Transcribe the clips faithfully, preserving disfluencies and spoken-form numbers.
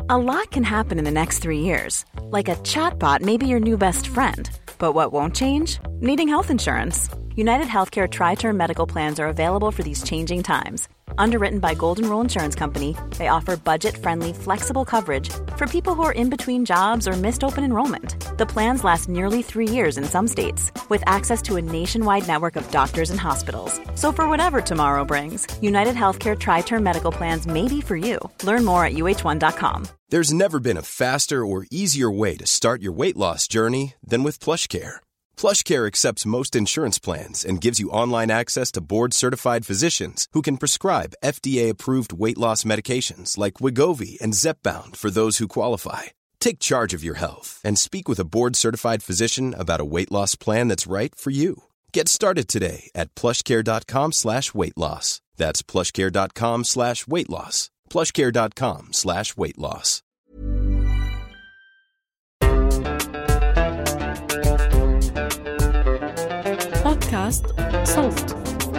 A lot can happen in the next three years. Like a chatbot may be your new best friend. But what won't change? Needing health insurance. United Healthcare Tri-Term Medical Plans are available for these changing times. Underwritten by Golden Rule Insurance Company, they offer budget-friendly, flexible coverage for people who are in between jobs or missed open enrollment. The plans last nearly three years in some states, with access to a nationwide network of doctors and hospitals. So for whatever tomorrow brings, United Healthcare Tri-Term Medical Plans may be for you. Learn more at U H one dot com. There's never been a faster or easier way to start your weight loss journey than with PlushCare. PlushCare accepts most insurance plans and gives you online access to board-certified physicians who can prescribe F D A-approved weight loss medications like Wegovy and Zepbound for those who qualify. Take charge of your health and speak with a board-certified physician about a weight loss plan that's right for you. Get started today at plushcare.com slash weight loss. That's plushcare.com slash weight loss. plushcare.com slash weight loss. بودكاست صوت.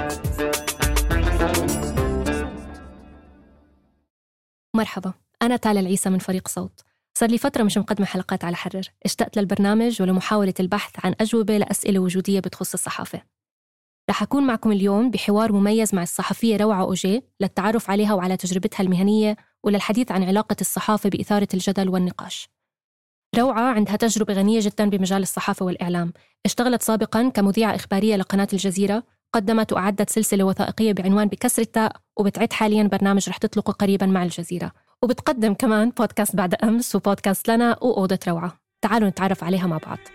مرحبا، أنا تالا العيسى من فريق صوت. صار لي فترة مش مقدمة حلقات على حرر. اشتقت للبرنامج ولمحاولة البحث عن أجوبة لأسئلة وجودية بتخص الصحافة. رح أكون معكم اليوم بحوار مميز مع الصحفية روعة أوجيه للتعرف عليها وعلى تجربتها المهنية وللحديث عن علاقة الصحافة بإثارة الجدل والنقاش. روعة عندها تجربة غنية جدا بمجال الصحافة والإعلام. اشتغلت سابقا كمذيعة إخبارية لقناة الجزيرة، قدمت وأعدت سلسلة وثائقية بعنوان بكسر التاء، وبتعد حاليا برنامج رح تطلقه قريبا مع الجزيرة، وبتقدم كمان بودكاست بعد أمس وبودكاست لنا وأوضة روعة. تعالوا نتعرف عليها مع بعض.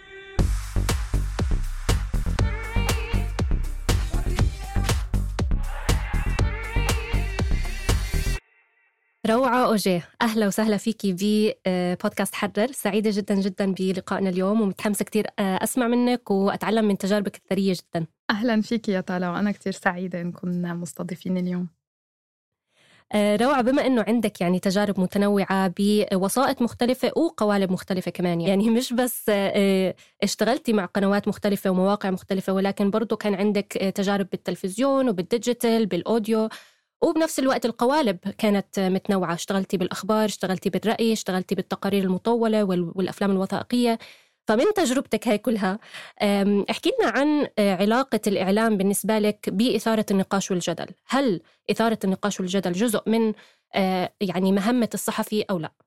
روعة أوجيه، أهلا وسهلا فيكي ببودكاست حرر. سعيدة جدا جدا بلقائنا اليوم ومتحمسة كتير أسمع منك وأتعلم من تجاربك الثرية جدا. أهلا فيكي يا تالا، وأنا كتير سعيدة نكون مستضيفين اليوم. روعة، بما أنه عندك يعني تجارب متنوعة بوسائط مختلفة وقوالب مختلفة كمان، يعني مش بس اشتغلتي مع قنوات مختلفة ومواقع مختلفة، ولكن برضو كان عندك تجارب بالتلفزيون وبالديجيتال بالأوديو، وبنفس الوقت القوالب كانت متنوعة. اشتغلتي بالأخبار، اشتغلتي بالرأي، اشتغلتي بالتقارير المطولة والأفلام الوثائقية. فمن تجربتك هاي كلها احكي لنا عن علاقة الإعلام بالنسبة لك بإثارة النقاش والجدل. هل إثارة النقاش والجدل جزء من يعني مهمة الصحفي أو لا؟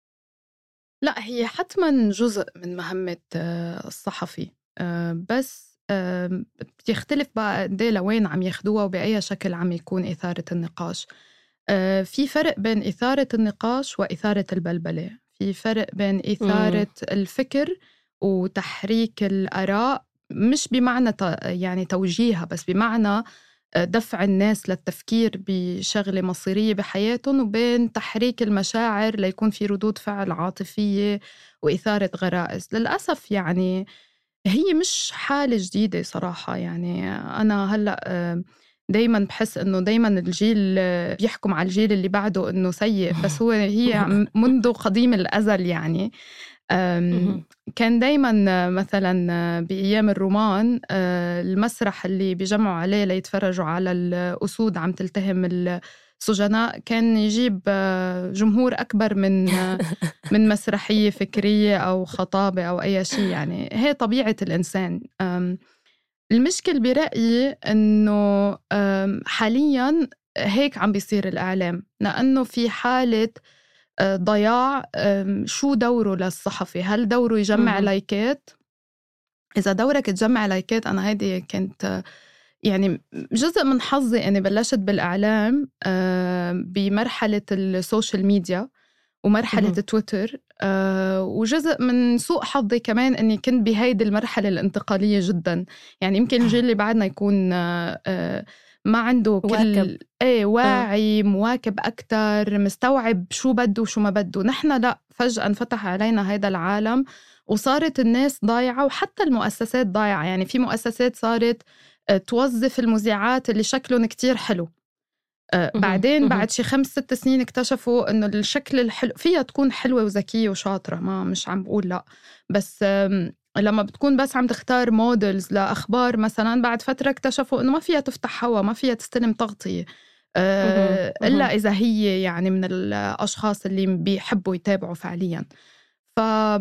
لا، هي حتما جزء من مهمة الصحفي، بس بتختلف بقى قد ايه لوين عم ياخدوها وبأي شكل عم يكون إثارة النقاش. في فرق بين إثارة النقاش وإثارة البلبلة. في فرق بين إثارة م. الفكر وتحريك الآراء، مش بمعنى يعني توجيهها، بس بمعنى دفع الناس للتفكير بشغلة مصيرية بحياتهم، وبين تحريك المشاعر ليكون في ردود فعل عاطفية وإثارة غرائز. للأسف يعني هي مش حالة جديدة صراحة. يعني أنا هلأ دايما بحس إنه دايما الجيل بيحكم على الجيل اللي بعده إنه سيء، بس هو هي منذ قديم الأزل. يعني كان دايما مثلا بأيام الرومان المسرح اللي بيجمعوا عليه ليتفرجوا على الأسود عم تلتهم السجناء كان يجيب جمهور أكبر من من مسرحية فكرية أو خطابة أو أي شيء. يعني هي طبيعة الإنسان. المشكل برأيي أنه حالياً هيك عم بيصير الإعلام، لأنه في حالة ضياع. شو دوره للصحفي؟ هل دوره يجمع لايكات؟ إذا دورك تجمع لايكات، أنا هيدي كنت يعني جزء من حظي أني بلشت بالإعلام بمرحلة السوشيال ميديا ومرحلة تويتر، وجزء من سوء حظي كمان أني كنت بهيدي المرحلة الانتقالية جدا. يعني يمكن الجيل اللي بعدنا يكون ما عنده كل ايه واعي مواكب أكتر، مستوعب شو بده وشو ما بده. نحن لا، فجأة انفتح علينا هيدا العالم وصارت الناس ضايعة، وحتى المؤسسات ضايعة. يعني في مؤسسات صارت توظف المذيعات اللي شكلهم كتير حلو، بعدين بعد شي خمس ست سنين اكتشفوا إنه الشكل الحلو فيها تكون حلوة وذكية وشاطرة، ما مش عم بقول لا، بس لما بتكون بس عم تختار مودلز لأخبار مثلا، بعد فترة اكتشفوا إنه ما فيها تفتح هوا، ما فيها تستلم تغطية. أه إلا إذا هي يعني من الأشخاص اللي بيحبوا يتابعوا فعليا. ف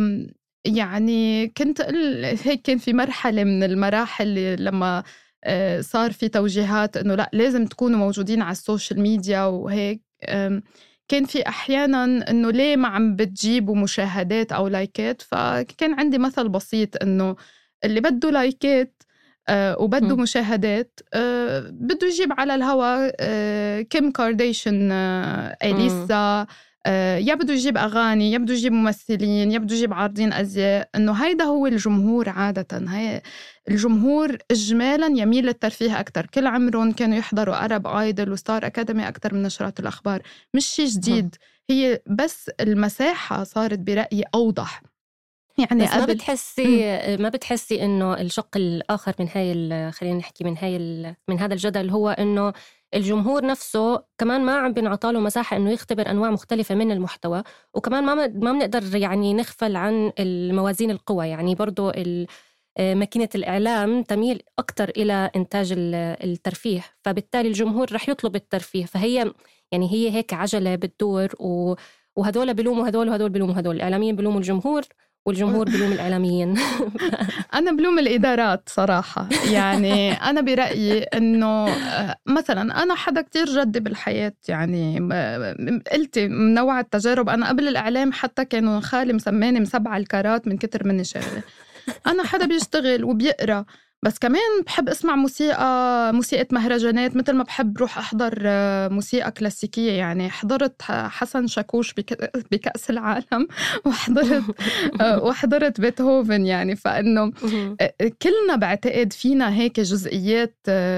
يعني كنت هيك كان في مرحلة من المراحل لما صار في توجيهات إنه لا لازم تكونوا موجودين على السوشيال ميديا وهيك، كان في أحياناً إنه ليه ما عم بتجيبوا مشاهدات أو لايكات. فكان عندي مثل بسيط إنه اللي بده لايكات آه وبده م. مشاهدات آه بده يجيب على الهوا آه كيم كارديشن، آه إليسا، آه يا بده يجيب أغاني، يا بده يجيب ممثلين، يا بده يجيب عارضين أزياء. إنه هيدا هو الجمهور عادة. هي الجمهور إجمالاً يميل للترفيه أكتر. كل عمرهم كانوا يحضروا أرب آيدل وستار أكاديمي أكتر من نشرات الأخبار. مش شيء جديد، هي بس المساحة صارت برأيي أوضح. يعني بس ما بتحسي ما بتحسي إنه الشق الآخر من هاي خلينا نحكي من هاي من هذا الجدل هو إنه الجمهور نفسه كمان ما عم بنعطاله مساحة إنه يختبر أنواع مختلفة من المحتوى، وكمان ما ما بنقدر يعني نغفل عن الموازين القوى. يعني برضو ماكينة الإعلام تميل أكتر إلى إنتاج الترفيه، فبالتالي الجمهور رح يطلب الترفيه. فهي يعني هي هيك عجلة بتدور، وهدول بلوموا هدول وهدول بلوموا هدول. الإعلاميين بلوموا الجمهور والجمهور بلوم الإعلاميين. أنا بلوم الإدارات صراحة. يعني أنا برأيي إنه مثلا أنا حدا كتير جدي بالحياة، يعني قلت من نوع التجارب. أنا قبل الإعلام حتى كانوا خالي مسماني مسبعة الكارات من كتر مني شغلة. أنا حدا بيشتغل وبيقرأ، بس كمان بحب أسمع موسيقى موسيقى مهرجانات مثل ما بحب روح أحضر موسيقى كلاسيكية. يعني حضرت حسن شاكوش بكأس العالم وحضرت وحضرت بيتهوفن. يعني فإنه كلنا بعتقد فينا هيك جزئيات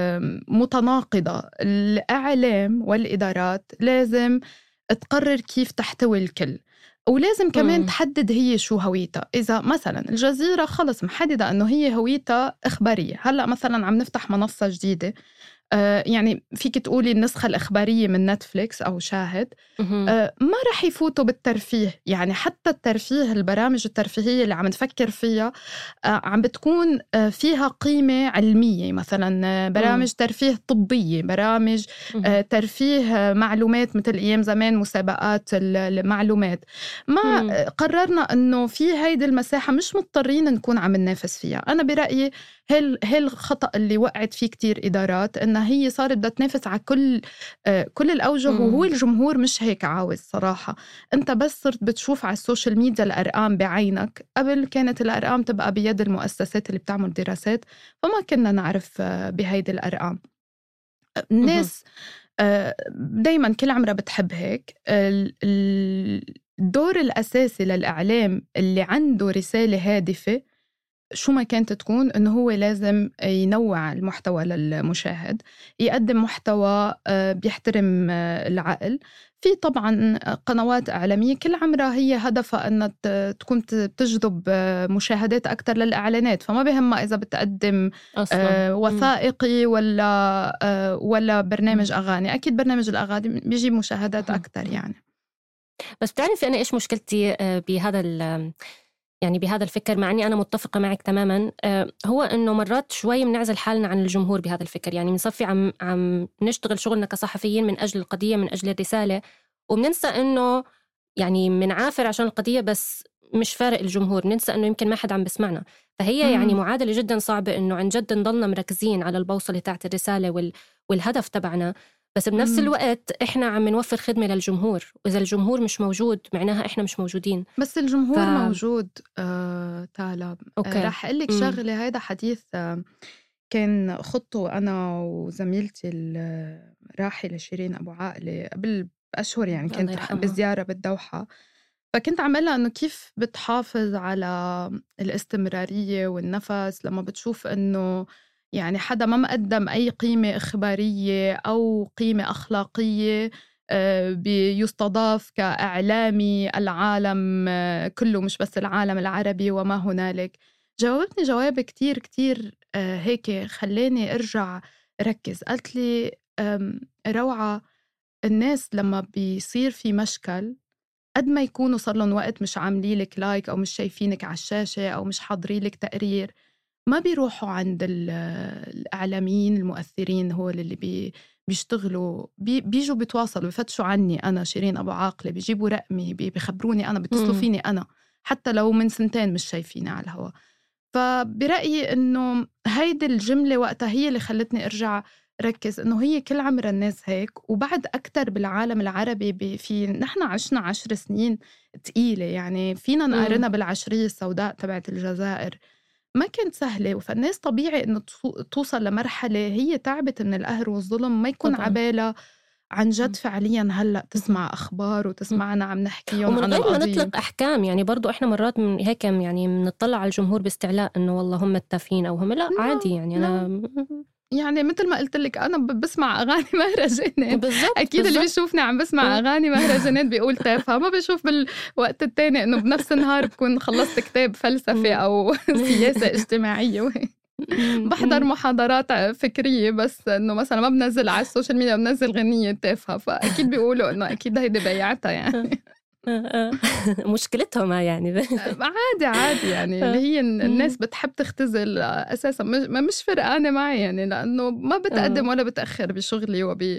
متناقضة. الإعلام والإدارات لازم تقرر كيف تحتوي الكل، ولازم كمان مم. تحدد هي شو هويتها. إذا مثلا الجزيرة خلص محددة أنه هي هويتها إخبارية، هلأ مثلا عم نفتح منصة جديدة آه يعني فيك تقولي النسخة الإخبارية من نتفليكس أو شاهد، آه ما رح يفوتوا بالترفيه. يعني حتى الترفيه، البرامج الترفيهية اللي عم نفكر فيها آه عم بتكون آه فيها قيمة علمية. مثلا آه برامج مم. ترفيه طبية، برامج آه ترفيه آه معلومات مثل أيام زمان مسابقات المعلومات. ما مم. قررنا أنه في هيدي المساحة مش مضطرين نكون عم ننافس فيها. أنا برأيي هل هل الخطأ اللي وقعت فيه كتير إدارات إنها هي صارت بدها تنافس على كل آه كل الأوجه، مم. وهو الجمهور مش هيك عاوز صراحة. أنت بس صرت بتشوف على السوشيال ميديا الأرقام بعينك. قبل كانت الأرقام تبقى بيد المؤسسات اللي بتعمل دراسات، فما كنا نعرف آه بهيدي الأرقام. الناس آه دايما كل عمرها بتحب هيك. الدور الأساسي للإعلام اللي عنده رسالة هادفة شو ما كانت تكون إنه هو لازم ينوع المحتوى للمشاهد، يقدم محتوى بيحترم العقل. في طبعا قنوات إعلامية كل عمرها هي هدفها أن تكون بتجذب مشاهدات أكتر للإعلانات، فما بهمها إذا بتقدم أصلاً. وثائقي ولا ولا برنامج أغاني. أكيد برنامج الأغاني بيجيب مشاهدات أكتر يعني. بس بتعرفي أنا إيش مشكلتي بهذا يعني بهذا الفكر، مع أني أنا متفقة معك تماماً، هو أنه مرات شوي منعزل حالنا عن الجمهور بهذا الفكر. يعني منصفي عم عم نشتغل شغلنا كصحفيين من أجل القضية، من أجل الرسالة، وبننسى أنه يعني منعافر عشان القضية، بس مش فارق الجمهور. ننسى أنه يمكن ما حد عم بسمعنا. فهي يعني معادلة جداً صعبة أنه عن جد نضلنا مركزين على البوصلة تاعت الرسالة وال والهدف تبعنا، بس بنفس الوقت إحنا عم نوفر خدمة للجمهور، وإذا الجمهور مش موجود معناها إحنا مش موجودين. بس الجمهور ف... موجود. آه، تالا آه، راح أقول لك شغلة. هيدا حديث آه، كان خطه أنا وزميلتي الراحلة شيرين أبو عاقلة قبل أشهر. يعني كنت بزيارة بالدوحة، فكنت عملها أنه كيف بتحافظ على الاستمرارية والنفس لما بتشوف أنه يعني حدا ما مقدم أي قيمة إخبارية أو قيمة أخلاقية بيستضاف كإعلامي العالم كله، مش بس العالم العربي وما هنالك. جاوبتني جواب كتير كتير هيك خلاني أرجع ركز. قالت لي روعة، الناس لما بيصير في مشكل قد ما يكونوا صار لهم وقت مش عاملين لك لايك أو مش شايفينك على الشاشة أو مش حاضرين لك تقرير، ما بيروحوا عند الإعلاميين المؤثرين هو اللي بي بيشتغلوا بي بيجوا بيتواصلوا بيفتشوا عني أنا شيرين أبو عاقلة، بيجيبوا رقمي، بيخبروني أنا، بيتصلوا فيني أنا حتى لو من سنتين مش شايفيني على الهوا. فبرأيي إنه هيدي الجملة وقتها هي اللي خلتني أرجع ركز إنه هي كل عمر الناس هيك، وبعد أكتر بالعالم العربي في نحن عشنا عشر سنين تقيلة، يعني فينا نقارنها بالعشرية السوداء تبعت الجزائر، ما كانت سهلة. فالناس طبيعي إنه توصل لمرحلة هي تعبت من القهر والظلم، ما يكون عبالة عن جد فعليا هلأ تسمع أخبار وتسمعنا عم نحكيهم عن القضية، ومن غير ما نطلق أحكام. يعني برضو إحنا مرات من هيك يعني بنطلع على الجمهور باستعلاء إنه والله هم التافهين أو هم لا, لا عادي. يعني لا. أنا يعني مثل ما قلت لك أنا بسمع أغاني مهرجانات، بالزبط أكيد بالزبط. اللي بيشوفني عم بسمع أغاني مهرجانات بيقول تافهة، ما بيشوف بالوقت التاني إنه بنفس النهار بكون خلصت كتاب فلسفة أو سياسة اجتماعية بحضر محاضرات فكرية، بس إنه مثلا ما بنزل على السوشيال ميديا بنزل غنية تافهة، فأكيد بيقولوا إنه أكيد هيدي بيعتها يعني مشكلتها ما يعني عادي عادي يعني اللي هي الناس بتحب تختزل أساسا، مش فرقانة معي يعني، لأنه ما بتقدم ولا بتأخر بشغلي وب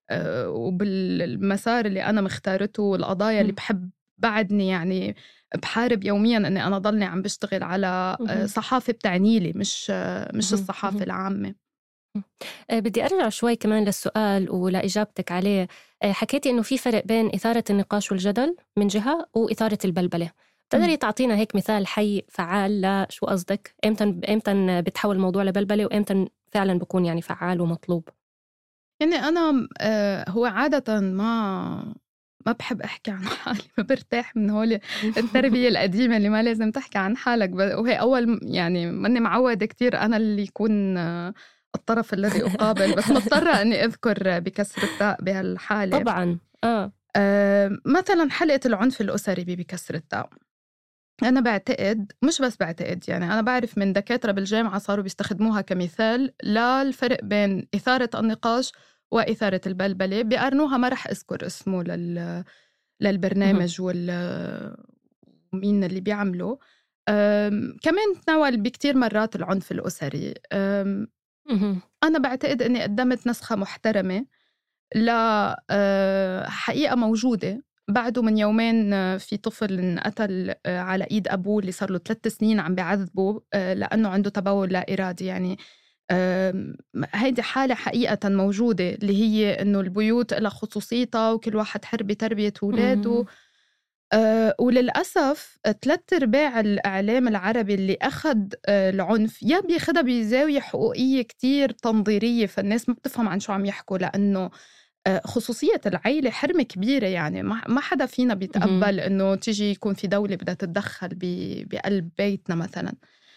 وبالمسار اللي أنا مختارته والقضايا اللي بحب بعدني يعني بحارب يوميا أني أنا ضلني عم بشتغل على صحافة بتعنيلي، مش مش الصحافة العامة. بدي أرجع شوي كمان للسؤال ولإجابتك عليه. حكيتي إنه في فرق بين إثارة النقاش والجدل من جهة وإثارة البلبلة. تقدري تعطينا هيك مثال حي فعال لشو قصدك؟ إمتى إمتى بتحول الموضوع لبلبلة وإمتى فعلا بكون يعني فعال ومطلوب؟ يعني أنا هو عادة ما ما بحب أحكي عن حالي، ما برتاح من هول التربية القديمة اللي ما لازم تحكي عن حالك، وهي أول يعني ماني معودة كتير أنا اللي يكون الطرف الذي أقابل، بس مضطرة أني أذكر بكسر التاء بهالحالة. طبعاً آه. آه مثلاً حلقة العنف الأسري بكسر التاء، أنا بعتقد مش بس بعتقد يعني أنا بعرف من دكاترة بالجامعة صاروا بيستخدموها كمثال للفرق بين إثارة النقاش وإثارة البلبلة، بيقارنوها، ما رح أذكر اسمه لل للبرنامج ومين اللي بيعمله. كمان تناول بكتير مرات العنف الأسري. أنا بعتقد أني قدمت نسخة محترمة لحقيقة موجودة. بعده من يومين في طفل انقتل على إيد أبوه اللي صار له ثلاث سنين عم بيعذبه لأنه عنده تبول لا إرادي. يعني هيدي حالة حقيقة موجودة، اللي هي إنه البيوت لها خصوصيتها وكل واحد حر بتربية ولاده. أه وللأسف ثلاث أرباع الإعلام العربي اللي أخذ أه العنف يا بياخدها بزاوية حقوقية كتير تنظيرية، فالناس ما بتفهم عن شو عم يحكوا، لأنه أه خصوصية العيلة حرمة كبيرة. يعني ما حدا فينا بيتقبل إنه تيجي يكون في دولة بدها تتدخل بقلب بيتنا مثلا.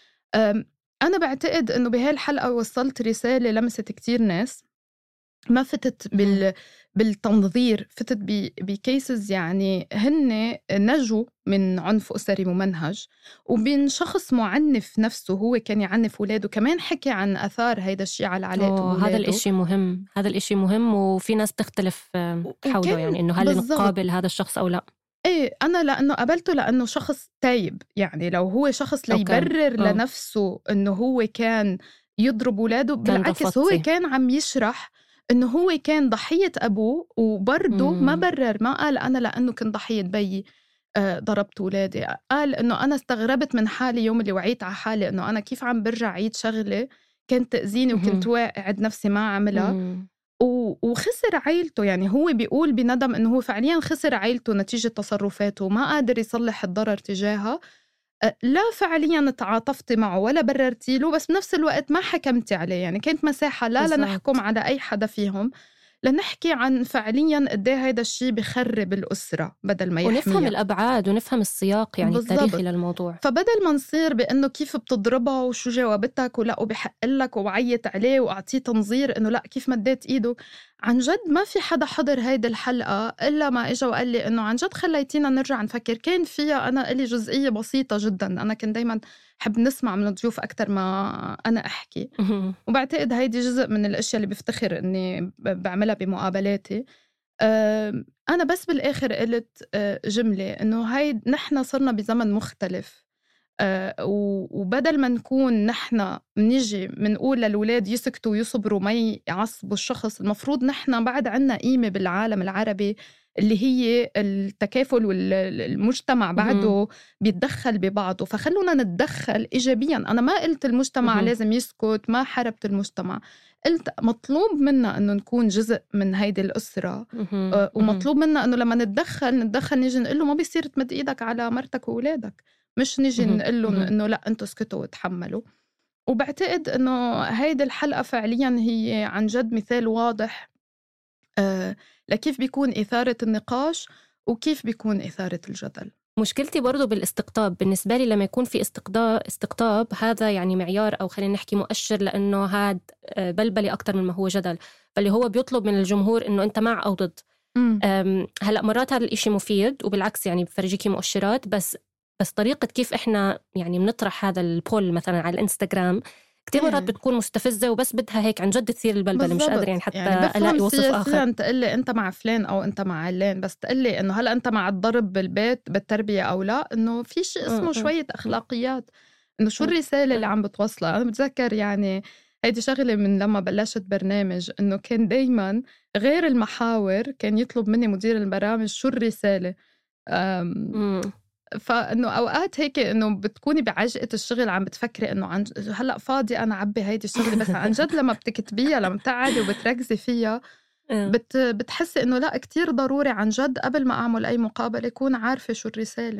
أنا بعتقد إنه بهالحلقة وصلت رسالة لمست كتير ناس، ما فتت بال بالتنظير، فتت بكيسز يعني هن نجوا من عنف أسري ممنهج، وبين شخص معنف نفسه هو كان يعنف ولاده، كمان حكي عن أثار هيدا الشيء على علاقته بولاده. هذا الإشي مهم، هذا الإشي مهم، وفي ناس تختلف حوله يعني إنه هل بالزبط. نقابل هذا الشخص أو لا. إيه أنا لأنه قابلته لأنه شخص تايب، يعني لو هو شخص ليبرر أوكي. لنفسه إنه هو كان يضرب ولاده، بالعكس هو كان عم يشرح إنه هو كان ضحية أبوه، وبرضه ما برر، ما قال أنا لأنه كنت ضحية بيي آه ضربت ولادي. قال إنه أنا استغربت من حالي يوم اللي وعيت على حالي إنه أنا كيف عم برجع عيد شغلة كانت تأذيني وكنت واعد نفسي ما عملها، وخسر عائلته. يعني هو بيقول بندم إنه هو فعليا خسر عائلته نتيجة تصرفاته، ما قادر يصلح الضرر تجاهها. لا فعليا تعاطفتي معه ولا بررتي له، بس بنفس الوقت ما حكمتي عليه. يعني كانت مساحة لا بالزبط. لنحكم على أي حدا فيهم، لنحكي عن فعليا قديه هيدا الشيء بخرب الأسرة بدل ما يحميها، ونفهم الأبعاد ونفهم السياق يعني بالزبط. التاريخي للموضوع. فبدل ما نصير بأنه كيف بتضربها وشو جوابتك ولا وبحق لك وعيت عليه وأعطيه تنظير إنه لا كيف مديت إيده، عن جد ما في حدا حضر هيدا الحلقة إلا ما إجا وقال لي إنه عن جد خليتينا نرجع نفكر. كان فيها أنا إلي جزئية بسيطة جدا، أنا كنت دايما حب نسمع من الضيوف أكتر ما أنا أحكي، وبعتقد هيدي جزء من الأشياء اللي بفتخر إني بعملها بمقابلاتي. أنا بس بالآخر قلت جملة إنه هاي نحن صرنا بزمن مختلف، أه وبدل ما نكون نحن منيجي منقول للولاد يسكتوا ويصبروا ما يعصبوا الشخص، المفروض نحن بعد عنا قيمة بالعالم العربي اللي هي التكافل، والمجتمع بعده بيتدخل ببعضه، فخلونا نتدخل إيجابيا. أنا ما قلت المجتمع لازم يسكت، ما حربت المجتمع، قلت مطلوب منا أنه نكون جزء من هيدي الأسرة، ومطلوب منا أنه لما نتدخل نتدخل نيجي نقول له ما بيصير تمد إيدك على مرتك وولادك، مش نيجي نقول لهم أنه لا أنتوا اسكتوا وتحملوا. وبعتقد أنه هيدي الحلقة فعليا هي عن جد مثال واضح آه لكيف بيكون إثارة النقاش وكيف بيكون إثارة الجدل. مشكلتي برضو بالاستقطاب بالنسبة لي، لما يكون في استقطاب, استقطاب هذا يعني معيار أو خلينا نحكي مؤشر لأنه هاد بلبلي أكتر من ما هو جدل، فاللي هو بيطلب من الجمهور إنه أنت مع أو ضد. هلأ مرات هذا الإشي مفيد وبالعكس يعني بفرجيكي مؤشرات، بس بس طريقة كيف إحنا يعني بنطرح هذا البول مثلا على الإنستغرام كتير مرات بتكون مستفزة وبس بدها هيك عن جد تثير البلبلة، مش قادر يعني حتى يعني ألاقي وصف آخر. يعني تقلي أنت مع فلان أو أنت مع علان، بس تقلي إنه هلأ أنت مع الضرب بالبيت بالتربية أو لا، إنه في شيء اسمه شوية أخلاقيات، إنه شو الرسالة اللي عم بتوصلها. أنا بتذكر يعني هيدي شغلة من لما بلشت برنامج، إنه كان دايما غير المحاور كان يطلب مني مدير البرامج شو الرسالة. فإنه أوقات هيك إنه بتكوني بعجقة الشغل عم بتفكري إنه عن هلأ فاضي أنا عبي هيدي الشغلة، بس عن جد لما بتكتبيها لما بتقعدي وبتركزي فيها بت بتحسي إنه لا كتير ضروري عن جد قبل ما أعمل أي مقابلة يكون عارفة شو الرسالة.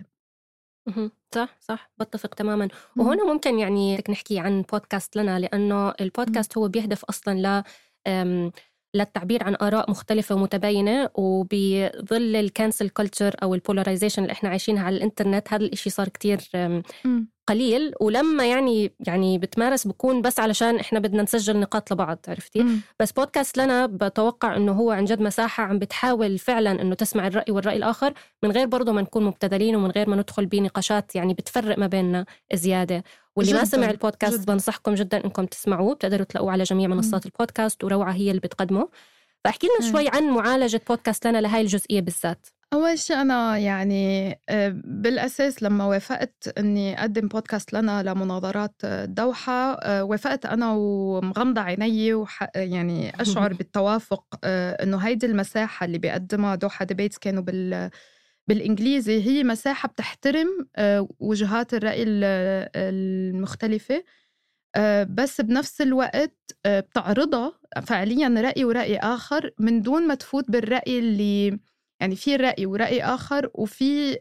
صح صح بتفق تماما. وهنا ممكن يعني نحكي عن بودكاست لنا، لأنه البودكاست هو بيهدف أصلا ل للتعبير عن آراء مختلفة ومتباينة، وبظل الكانسل كولتشر أو البولاريزيشن اللي إحنا عايشينها على الإنترنت هذا الإشي صار كتير قليل، ولما يعني يعني بتمارس بكون بس علشان إحنا بدنا نسجل نقاط لبعض، عرفتي؟ مم. بس بودكاست لنا بتوقع إنه هو عن جد مساحة عم بتحاول فعلا إنه تسمع الرأي والرأي الآخر من غير برضو ما نكون مبتذلين ومن غير ما ندخل بنقاشات يعني بتفرق ما بيننا زيادة. واللي جداً. ما سمع البودكاست جداً. بنصحكم جدا إنكم تسمعوه، بتقدروا تلاقوه على جميع منصات مم. البودكاست، وروعة هي اللي بتقدمه. فأحكي لنا شوي عن معالجة بودكاست لنا لهاي الجزئية بالذات. أول شيء أنا يعني بالأساس لما وافقت أني أقدم بودكاست لنا لمناظرات الدوحة، وافقت أنا ومغمضة عيني وح يعني أشعر بالتوافق أنه هيدي المساحة اللي بيقدمها دوحة ديبيتس كانوا بال بالإنجليزي هي مساحة بتحترم وجهات الرأي المختلفة، بس بنفس الوقت بتعرضها فعليا رأي ورأي آخر من دون ما تفوت بالرأي اللي يعني في رأي ورأي آخر وفي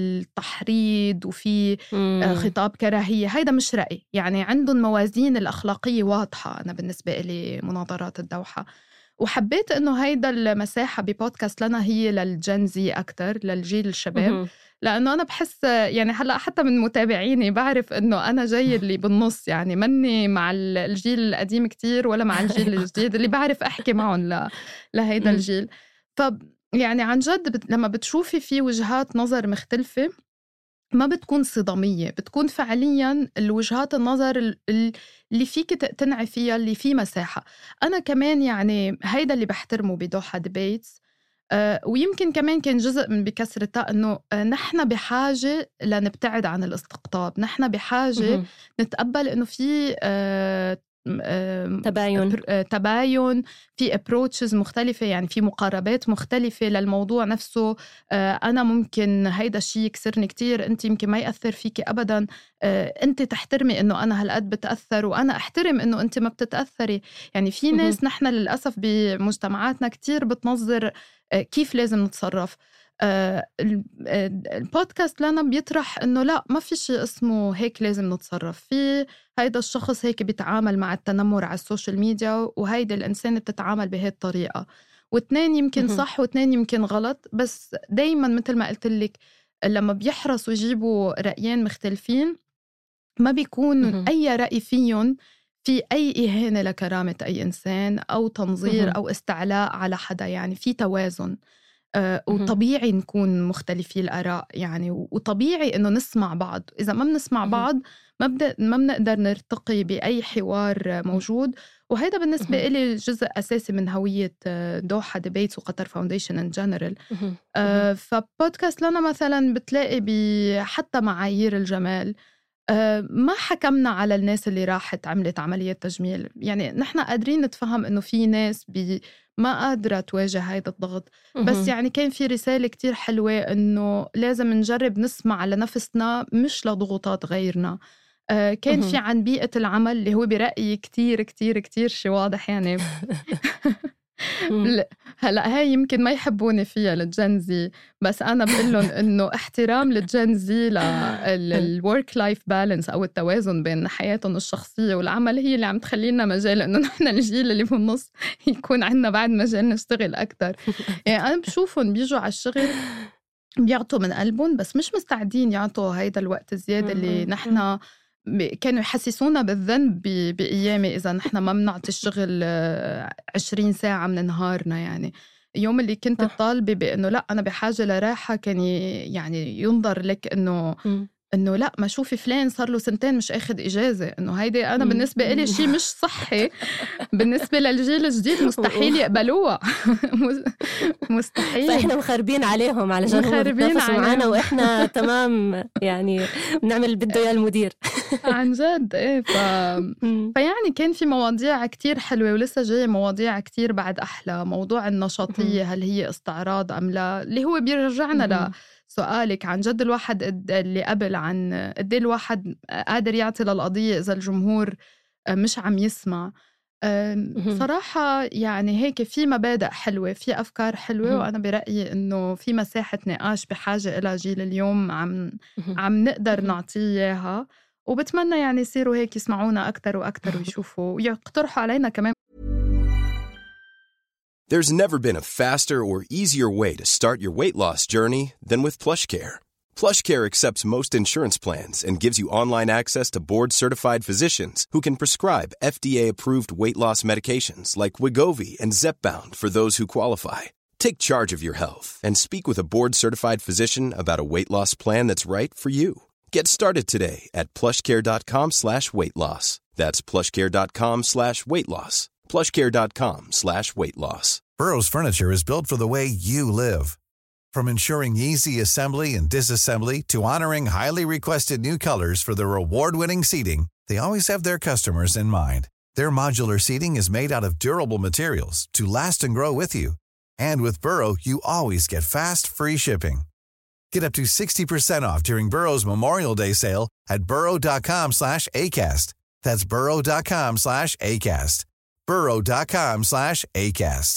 التحريض وفي مم. خطاب كراهية. هيدا مش رأي، يعني عندهم موازين الأخلاقية واضحة. أنا بالنسبة لي مناظرات الدوحة، وحبيت أنه هيدا المساحة ببودكاست لنا هي للجنزي أكتر، للجيل الشباب مم. لأنه أنا بحس يعني هلأ حتى من متابعيني بعرف أنه أنا جاي اللي بالنص، يعني مني مع الجيل القديم كتير ولا مع الجيل الجديد اللي بعرف أحكي معهم لهيدا الجيل. ف يعني عن جد بت... لما بتشوفي في وجهات نظر مختلفة ما بتكون صدامية، بتكون فعليا الوجهات النظر اللي فيك تقتنعي فيها، اللي فيه مساحة. أنا كمان يعني هيدا اللي بحترمه بدوحة ديبيتس، أه ويمكن كمان كان جزء من بكسرتها أنه أه نحن بحاجة لنبتعد عن الاستقطاب، نحن بحاجة نتقبل أنه في أه تباين تباين في approaches مختلفة، يعني في مقاربات مختلفة للموضوع نفسه. أنا ممكن هيدا الشيء يكسرني كتير، أنت يمكن ما يأثر فيكي أبدا، أنت تحترمي أنه أنا هالقد بتأثر وأنا أحترم أنه أنت ما بتتأثري. يعني في ناس نحن للأسف بمجتمعاتنا كتير بتنظر كيف لازم نتصرف. آه البودكاست لنا بيطرح إنه لا، ما في شيء اسمه هيك لازم نتصرف، في هيدا الشخص هيك بيتعامل مع التنمر على السوشيال ميديا، وهيدا الإنسان بتتعامل بهي الطريقة، واثنين يمكن صح واثنين يمكن غلط. بس دايما مثل ما قلت لك لما بيحرصوا يجيبوا رأيين مختلفين ما بيكون أي رأي فيهم في أي إهانة لكرامة أي إنسان أو تنظير أو استعلاء على حدا، يعني في توازن. آه وطبيعي نكون مختلفي الآراء يعني، وطبيعي إنه نسمع بعض. إذا ما بنسمع بعض ما بدأ ما بنقدر نرتقي بأي حوار موجود. وهذا بالنسبة إلي جزء أساسي من هوية دوحة ديبيتس وقطر فاونديشن إن جنرال. آه فبودكاست لنا مثلا بتلاقي حتى معايير الجمال أه ما حكمنا على الناس اللي راحت عملت عملية تجميل. يعني نحن قادرين نتفهم إنه في ناس بي ما قادرة تواجه هيدا الضغط، بس يعني كان في رسالة كتير حلوة إنه لازم نجرب نسمع لنفسنا مش لضغوطات غيرنا. أه كان في عن بيئة العمل اللي هو برأيي كتير كتير كتير شي واضح يعني هلأ هاي يمكن ما يحبوني فيها للجنزي، بس أنا بقول لهم إنه احترام للجنزي للwork life balance أو التوازن بين حياتهم الشخصية والعمل هي اللي عم تخلينا مجال إنه نحن الجيل اللي في النص يكون عندنا بعد مجال نشتغل أكتر. يعني أنا بشوفهم بيجوا على الشغل بيعطوا من قلبهم، بس مش مستعدين يعطوا هيدا الوقت الزيادة اللي نحن كانوا يحسسونا بالذنب بأيامي إذا نحن ما بنعطي الشغل عشرين ساعة من نهارنا. يعني يوم اللي كنت طالبة بأنه لا أنا بحاجة لراحة كان يعني ينظر لك أنه إنه لا ما شوفي فلان صار له سنتين مش أخذ إجازة، إنه هيدا أنا بالنسبة إلي شيء مش صحي. بالنسبة للجيل الجديد مستحيل يقبلوها. مستحيل. فإحنا مخربين عليهم علشان هم بيتنافسوا معنا وإحنا تمام يعني بنعمل بده يا المدير. عن جد إيه. ف... فيعني كان في مواضيع كتير حلوة ولسه جاية مواضيع كتير بعد أحلى. موضوع النشاطية هل هي استعراض أم لا، اللي هو بيرجعنا ل سؤالك عن جد الواحد اللي قبل عن قد الواحد قادر يعطي للقضية إذا الجمهور مش عم يسمع. صراحة يعني هيك في مبادئ حلوة، في أفكار حلوة، وأنا برأيي إنه في مساحة نقاش بحاجة إلى جيل اليوم عم عم نقدر نعطيه إياها. وبتمنى يعني يصيروا هيك يسمعونا أكتر وأكتر ويشوفوا ويقترحوا علينا كمان. There's never been a faster or easier way to start your weight loss journey than with PlushCare. PlushCare accepts most insurance plans and gives you online access to board-certified physicians who can prescribe F D A-approved weight loss medications like Wegovy and Zepbound for those who qualify. Take charge of your health and speak with a board-certified physician about a weight loss plan that's right for you. Get started today at plushcare.com slash weight loss. That's plushcare.com slash weight loss. plushcare.com slash weight loss. Burrow's furniture is built for the way you live. From ensuring easy assembly and disassembly to honoring highly requested new colors for their award-winning seating, they always have their customers in mind. Their modular seating is made out of durable materials to last and grow with you. And with Burrow, you always get fast, free shipping. Get up to sixty percent off during Burrow's Memorial Day sale at burrow.com slash ACAST. That's burrow.com slash ACAST. burrow.com slash ACAST.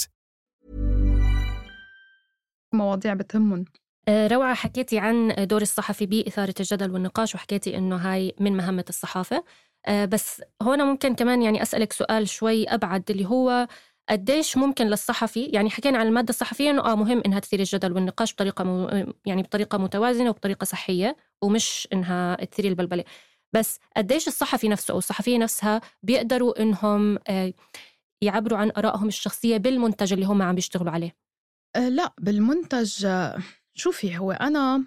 مواضيع بتهمن. روعة، حكيتي عن دور الصحفي بإثارة الجدل والنقاش، وحكيتي إنه هاي من مهمة الصحافة. بس هنا ممكن كمان يعني أسألك سؤال شوي أبعد، اللي هو قديش ممكن للصحفي، يعني حكينا عن المادة الصحفية إنه آه مهم إنها تثير الجدل والنقاش بطريقة مو يعني بطريقة متوازنة وبطريقة صحية، ومش إنها تثير البلبلة. بس قديش الصحفي نفسه أو الصحفية نفسها بيقدروا إنهم يعبروا عن آرائهم الشخصية بالمنتج اللي هم عم بيشتغلوا عليه؟ أه لا بالمنتج. شوفي هو أنا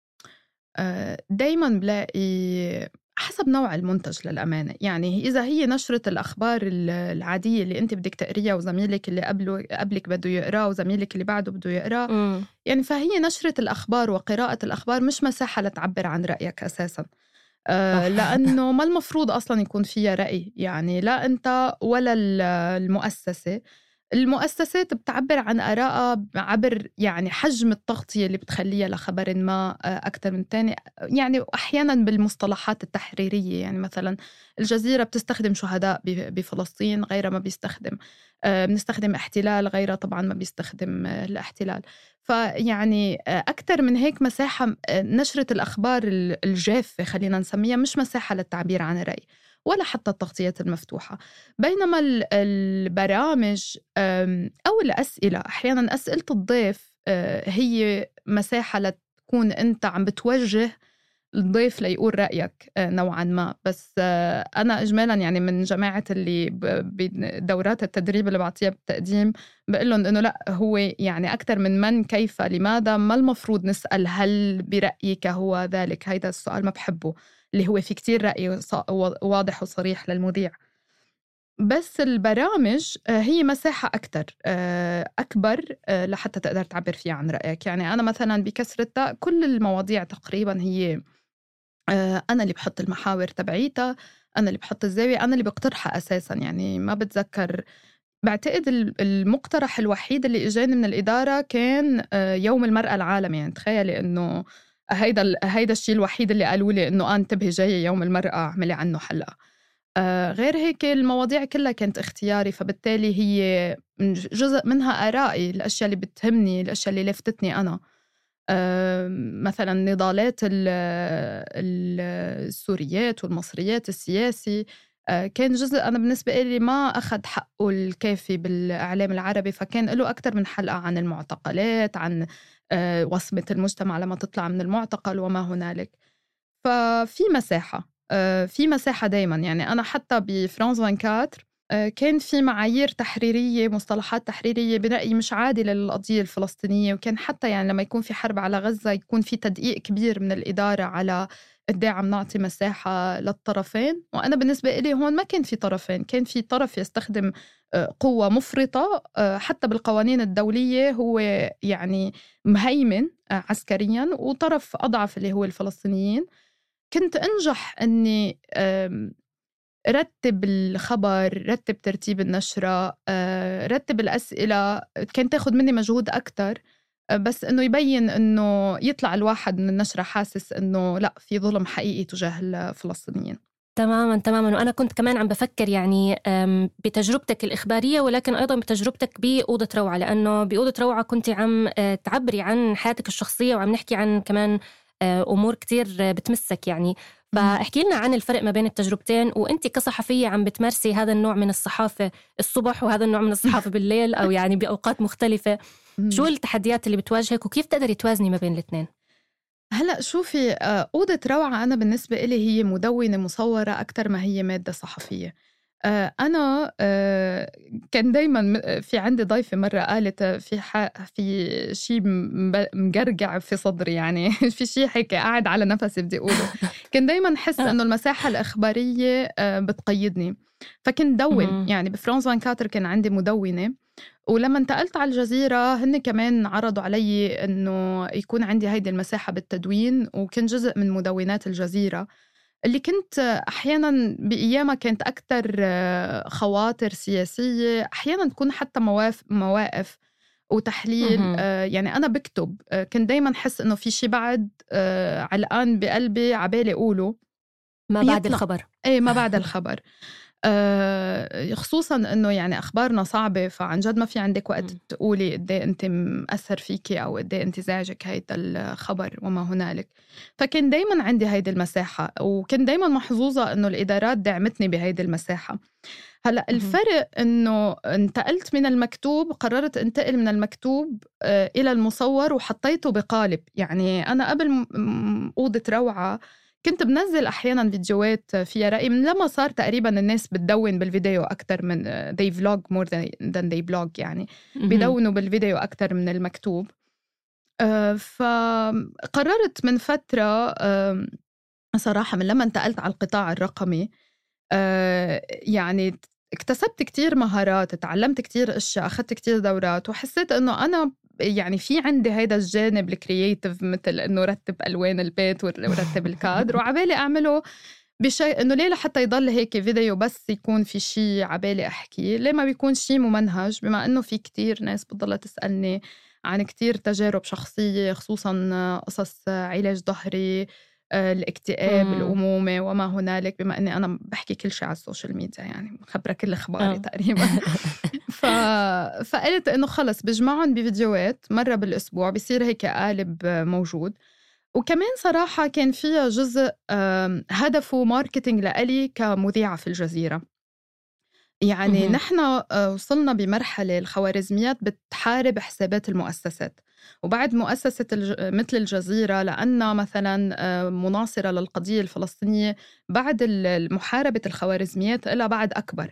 دايما بلاقي حسب نوع المنتج للأمانة. يعني إذا هي نشرة الأخبار العادية اللي أنت بدك تقريها وزميلك اللي قبله قبلك بده يقرأ وزميلك اللي بعده بده يقرأ، يعني فهي نشرة الأخبار وقراءة الأخبار مش مساحة لتعبر عن رأيك أساساً. آه لأنه ما المفروض أصلاً يكون فيها رأي، يعني لا أنت ولا المؤسسة. المؤسسات بتعبر عن آراءها عبر يعني حجم التغطية اللي بتخليها لخبر ما أكتر من تاني، يعني أحياناً بالمصطلحات التحريرية. يعني مثلاً الجزيرة بتستخدم شهداء بفلسطين، غيرها ما بيستخدم. بنستخدم احتلال، غيرها طبعاً ما بيستخدم الاحتلال. فيعني أكتر من هيك مساحة نشرة الأخبار الجافة خلينا نسميها مش مساحة للتعبير عن الرأي ولا حتى التغطيات المفتوحة. بينما البرامج أو الأسئلة، أحياناً أسئلة الضيف هي مساحة لتكون أنت عم بتوجه الضيف ليقول رأيك نوعاً ما. بس أنا إجمالاً يعني من جماعة اللي بدورات التدريب اللي بعطيها بالتقديم بقولهم إنه لأ، هو يعني أكتر من من كيف لماذا ما المفروض نسأل هل برأيك هو ذلك. هيدا السؤال ما بحبه، اللي هو في كتير رأي واضح وصريح للمذيع. بس البرامج هي مساحة أكتر أكبر لحتى تقدر تعبر فيها عن رأيك. يعني أنا مثلاً بكسرتها كل المواضيع تقريباً هي أنا اللي بحط المحاور تبعيتها، أنا اللي بحط الزاوية، أنا اللي بقترحها أساساً. يعني ما بتذكر، بعتقد المقترح الوحيد اللي إجاني من الإدارة كان يوم المرأة العالمي. يعني تخيلي إنه هيدا هيدا الشيء الوحيد اللي قالوا لي إنه انتبهي جاي يوم المرأة اعملي عنه حلقة. غير هيك المواضيع كلها كانت اختياري، فبالتالي هي جزء منها آرائي، الأشياء اللي بتهمني، الأشياء اللي لفتتني أنا. مثلا نضالات السوريات والمصريات السياسي كان جزء أنا بالنسبة لي ما أخذ حقه الكافي بالإعلام العربي، فكان له أكتر من حلقة عن المعتقلات، عن وصمة المجتمع لما تطلع من المعتقل وما هنالك. ففي مساحة، في مساحة دايما. يعني أنا حتى بفرانس أربعة وعشرين كان في معايير تحريرية، مصطلحات تحريرية برأيي مش عادلة للقضية الفلسطينية. وكان حتى يعني لما يكون في حرب على غزة يكون في تدقيق كبير من الإدارة على قد ايه عم نعطي مساحة للطرفين. وأنا بالنسبة لي هون ما كان في طرفين، كان في طرف يستخدم قوة مفرطة حتى بالقوانين الدولية، هو يعني مهيمن عسكريا، وطرف أضعف اللي هو الفلسطينيين. كنت أنجح أني رتب الخبر، رتب ترتيب النشرة، رتب الأسئلة. كان تاخد مني مجهود أكتر، بس إنه يبين إنه يطلع الواحد من النشرة حاسس إنه لا، في ظلم حقيقي تجاه الفلسطينيين. تماماً تماماً. وأنا كنت كمان عم بفكر يعني بتجربتك الإخبارية، ولكن أيضاً بتجربتك بأوضة روعة، لأنه بأوضة روعة كنت عم تعبري عن حياتك الشخصية، وعم نحكي عن كمان أمور كتير بتمسك يعني. فاحكي لنا عن الفرق ما بين التجربتين، وأنت كصحفية عم بتمارسي هذا النوع من الصحافة الصبح وهذا النوع من الصحافة بالليل، أو يعني بأوقات مختلفة. شو التحديات اللي بتواجهك وكيف تقدري توازني ما بين الاثنين؟ هلأ شوفي، أوضة روعة أنا بالنسبة إلي هي مدونة مصورة أكتر ما هي مادة صحفية. أنا كان دايما في عندي ضيفة مرة قالت في في شيء مجرجع في صدري، يعني في شيء هيك قاعد على نفسي بدي أقوله. كان دايما حس إنه المساحة الإخبارية بتقيدني، فكنت دون. يعني بفرانس أربعة وعشرين كان عندي مدونة، ولما انتقلت على الجزيرة هن كمان عرضوا علي إنه يكون عندي هيدي المساحة بالتدوين، وكان جزء من مدونات الجزيرة اللي كنت أحياناً بأيامها كانت أكتر خواطر سياسية، أحياناً تكون حتى مواقف مواقف وتحليل. يعني أنا بكتب، كنت دايماً حس إنه في شي بعد علقان بقلبي عبالي أقوله ما بعد الخبر. إيه ما بعد الخبر. أه خصوصاً إنه يعني أخبارنا صعبة، فعن جد ما في عندك وقت تقولي قدي أنت مأثر فيكي أو قدي أنت زعجك هيدا الخبر وما هنالك. فكان دايماً عندي هيدي المساحة، وكان دايماً محظوظة إنه الإدارات دعمتني بهيدي المساحة. هلأ الفرق إنه انتقلت من المكتوب، قررت انتقل من المكتوب أه إلى المصور وحطيته بقالب. يعني أنا قبل أوضة روعة كنت بنزل أحياناً فيديوهات فيها رأي، من لما صار تقريباً الناس بتدون بالفيديو أكتر من they vlog more than they blog، يعني بيدونوا بالفيديو أكتر من المكتوب. أه فقررت من فترة أه صراحة من لما انتقلت على القطاع الرقمي أه يعني اكتسبت كتير مهارات، تعلمت كتير أشياء، أخذت كتير دورات، وحسيت أنه أنا يعني في عندي هيدا الجانب الكرياتيف، مثل إنه رتب ألوان البيت ورتب الكادر، وعبالي أعمله بشيء إنه ليه لحتى يضل هيك فيديو بس يكون في شيء عبالي أحكي، ليه ما بيكون شيء ممنهج، بما إنه في كتير ناس بتضل تسألني عن كتير تجارب شخصية، خصوصاً قصص علاج ظهري، الاكتئاب، مم. الأمومة وما هنالك، بما أني أنا بحكي كل شيء على السوشيال ميديا، يعني خبرة كل أخباري تقريبا. ف... فقلت إنه خلص بجمعهم بفيديوهات مرة بالأسبوع، بيصير هيك قالب موجود. وكمان صراحة كان فيها جزء هدفه ماركتينج لألي كمذيعة في الجزيرة. يعني مم. نحن وصلنا بمرحلة الخوارزميات بتحارب حسابات المؤسسات، وبعد مؤسسة الج... مثل الجزيرة لأنها مثلا مناصرة للقضية الفلسطينية، بعد محاربة الخوارزميات إلها بعد أكبر.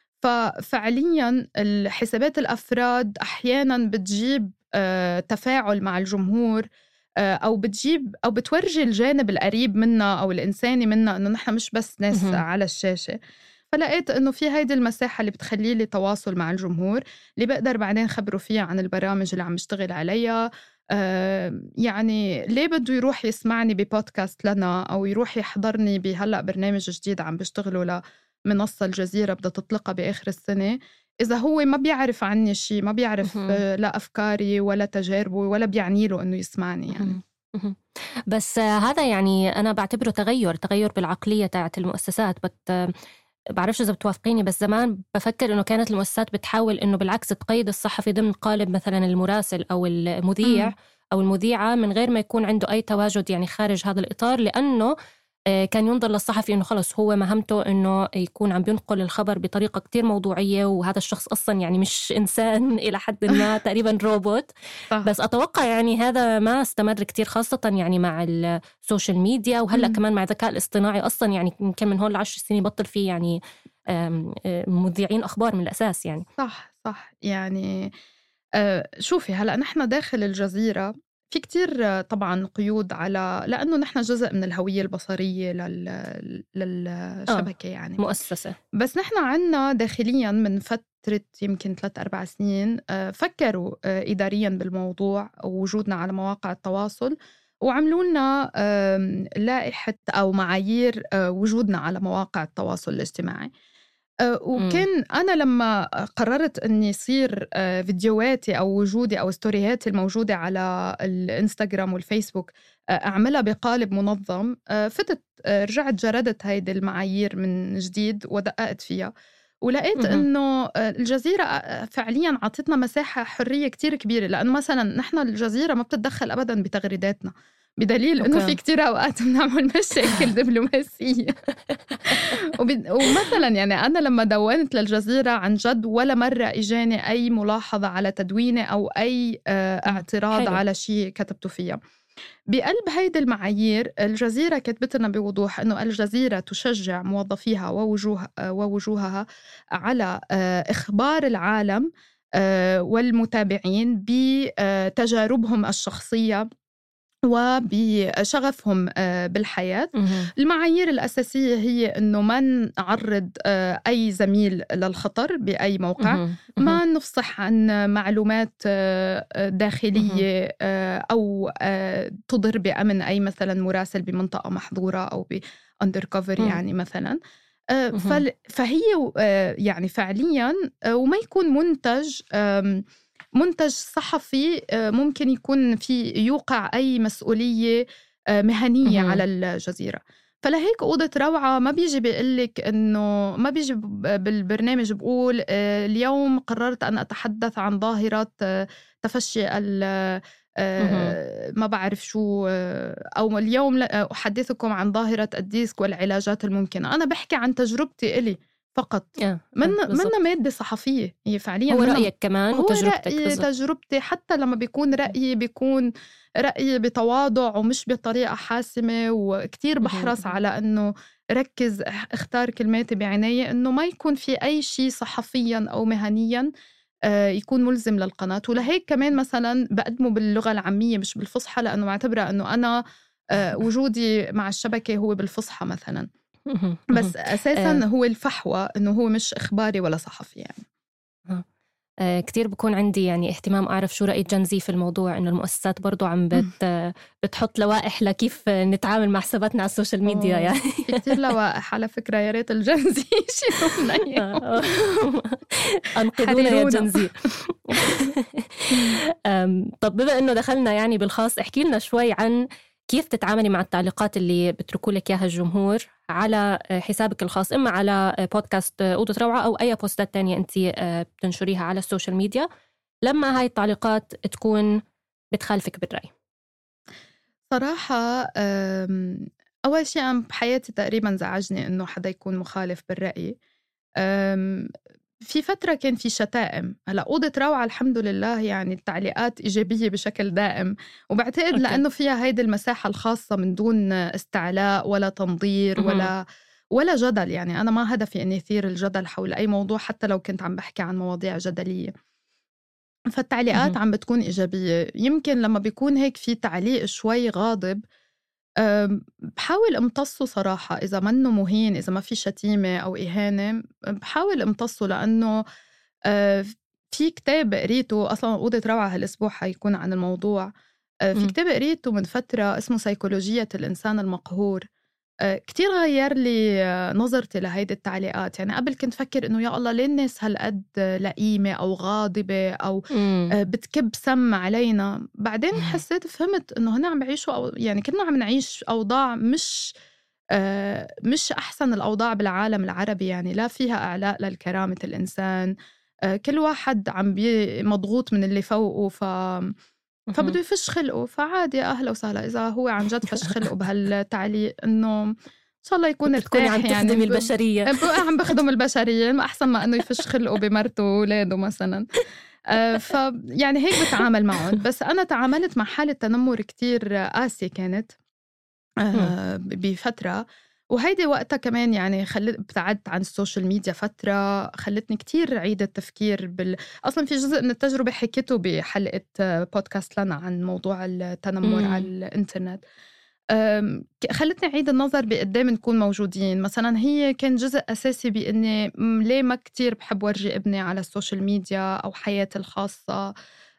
ففعليا الحسابات الأفراد أحيانا بتجيب تفاعل مع الجمهور، أو بتجيب أو بتورجي الجانب القريب منا أو الإنساني منا، إنه نحن مش بس ناس مم. على الشاشة. فلقيت إنه في هيدي المساحة اللي بتخلي لي تواصل مع الجمهور، اللي بقدر بعدين خبره فيها عن البرامج اللي عم بشتغل عليها، آه يعني ليه بده يروح يسمعني ببودكاست لنا أو يروح يحضرني بهلأ برنامج جديد عم بيشتغلوا لمنصة الجزيرة بدها تطلقها بآخر السنة إذا هو ما بيعرف عني شيء، ما بيعرف آه لا أفكاري ولا تجاربه ولا بيعني له إنه يسمعني يعني. بس هذا يعني أنا بعتبره تغير تغير بالعقلية تاعت المؤسسات. بت بعرفش إذا بتوافقيني، بس زمان بفكر إنه كانت المؤسسات بتحاول إنه بالعكس تقيد الصحفي ضمن قالب مثلا المراسل أو المذيع م. أو المذيعة من غير ما يكون عنده أي تواجد يعني خارج هذا الإطار، لأنه كان ينظر للصحفي إنه خلص هو مهمته إنه يكون عم بينقل الخبر بطريقة كتير موضوعية، وهذا الشخص أصلا يعني مش إنسان إلى حد ما تقريبا روبوت. بس أتوقع يعني هذا ما استمر كتير، خاصة يعني مع السوشيال ميديا، وهلأ كمان مع الذكاء الاصطناعي أصلا يعني يمكن من هون لعشر سنين بطل فيه يعني مذيعين أخبار من الأساس يعني. صح صح يعني آه شوفي هلأ نحن داخل الجزيرة في كتير طبعاً قيود على لأنه نحن جزء من الهوية البصرية لل... للشبكة آه. يعني مؤسسة. بس نحن عنا داخلياً من فترة يمكن ثلاث أربع سنين آه فكروا آه إدارياً بالموضوع ووجودنا على مواقع التواصل، وعملوا لنا آه لائحة أو معايير آه وجودنا على مواقع التواصل الاجتماعي. وكان أنا لما قررت أني يصير فيديوهاتي أو وجودي أو ستورياتي الموجودة على الإنستغرام والفيسبوك أعملها بقالب منظم، فتت رجعت جردت هيدي المعايير من جديد ودققت فيها، ولقيت أنه الجزيرة فعلياً عطتنا مساحة حرية كتير كبيرة، لأنه مثلاً نحن الجزيرة ما بتتدخل أبداً بتغريداتنا، بدليل أوكي. إنه في كتير أوقات بنعمل مشاكل دبلوماسية. ومثلا يعني أنا لما دونت للجزيرة عن جد ولا مرة إجاني أي ملاحظة على تدويني أو أي اعتراض حلو. على شيء كتبته فيها. بقلب هيدي المعايير الجزيرة كتبت لنا بوضوح أنه الجزيرة تشجع موظفيها ووجوه ووجوهها على إخبار العالم والمتابعين بتجاربهم الشخصية وبشغفهم بالحياة. المعايير الأساسية هي أنه ما نعرض أي زميل للخطر بأي موقع، ما نفصح عن معلومات داخلية أو تضر بأمن أي مثلا مراسل بمنطقة محظورة أو بأندر كوفر يعني مثلا. فهي يعني فعليا وما يكون منتج منتج صحفي ممكن يكون في يوقع أي مسؤولية مهنية على الجزيرة. فلهيك أوضة روعة ما بيجي بيقلك إنه ما بيجي بالبرنامج بقول اليوم قررت أن أتحدث عن ظاهرة تفشي ما بعرف شو، أو اليوم أحدثكم عن ظاهرة الديسك والعلاجات الممكنة. أنا بحكي عن تجربتي إلي فقط، من منا مادة صحفية، هي فعليا هو رأيك كمان وتجربتك. رأيي تجربتي، حتى لما بيكون رأيي بيكون رأيي بتواضع ومش بطريقة حاسمة، وكتير بحرص على أنه ركز اختار كلماتي بعناية أنه ما يكون في أي شيء صحفيا أو مهنيا يكون ملزم للقناة. ولهيك كمان مثلا بقدمه باللغة العامية مش بالفصحى، لأنه معتبرة أنه أنا وجودي مع الشبكة هو بالفصحى مثلا، بس أساساً هو الفحوى إنه هو مش إخباري ولا صحفي يعني. آه كتير بكون عندي يعني اهتمام أعرف شو رأي جنزي في الموضوع، إنه المؤسسات برضو عم بت بتحط لوائح لكيف نتعامل مع حساباتنا على السوشيال ميديا. يعني في كتير لوائح على فكرة، يا ريت الجنزي يشيلونا إياهم. أنقذونا يا جنزي. طب بما إنه دخلنا يعني بالخاص، احكي لنا شوي عن كيف تتعاملي مع التعليقات اللي بتركوا لك إياها الجمهور على حسابك الخاص، إما على بودكاست أوضة روعة أو أي بوستات تانية أنت بتنشريها على السوشيال ميديا، لما هاي التعليقات تكون بتخالفك بالرأي؟ صراحة أول شيء أنا بحياتي تقريبا زعجني إنه حدا يكون مخالف بالرأي. في فترة كان في شتائم، هلا أوضة روعة الحمد لله يعني التعليقات إيجابية بشكل دائم، وبعتقد لأنه فيها هيدي المساحة الخاصة من دون استعلاء ولا تنظير ولا ولا جدل. يعني أنا ما هدفي أن يثير الجدل حول أي موضوع حتى لو كنت عم بحكي عن مواضيع جدلية، فالتعليقات عم بتكون إيجابية. يمكن لما بيكون هيك في تعليق شوي غاضب بحاول امتصه صراحة، إذا منه مهين، إذا ما في شتيمة أو إهانة بحاول امتصه، لأنه في كتاب قريته أصلاً أوضة روعة هالأسبوع حيكون عن الموضوع، في كتاب قريته من فترة اسمه سيكولوجية الإنسان المقهور، كتير غير لي نظرتي لهيدي التعليقات. يعني قبل كنت فكر إنه يا الله ليه الناس هالقد لئيمة أو غاضبة أو مم. بتكب سم علينا. بعدين حسيت فهمت إنه هنا عم بعيشوا أو يعني كنا عم نعيش أوضاع مش مش أحسن الأوضاع بالعالم العربي، يعني لا فيها إعلاء للكرامة الإنسان، كل واحد عم بي مضغوط من اللي فوقه ف فبده يفش خلقه. فعادي يا أهلا وسهلا إذا هو عن جد فش خلقه بهالتعليق إنه إن شاء الله يكون ارتاح، عم يعني تخدم البشرية عم بخدم البشرية أحسن ما أنه يفش خلقه بمرته وولاده مثلا. آه فيعني هيك بتعامل معهم. بس أنا تعاملت مع حالة تنمر كتير قاسية كانت آه بفترة، وهيدي وقتها كمان يعني خلت ابتعدت عن السوشيال ميديا فترة، خلتني كتير عيد التفكير بال... أصلا في جزء من التجربة حكيته بحلقة بودكاست لنا عن موضوع التنمر مم. على الإنترنت. خلتني عيد النظر بقدام نكون موجودين. مثلا هي كان جزء أساسي بإني ليه ما كتير بحب ورجي ابني على السوشيال ميديا أو حياتي الخاصة.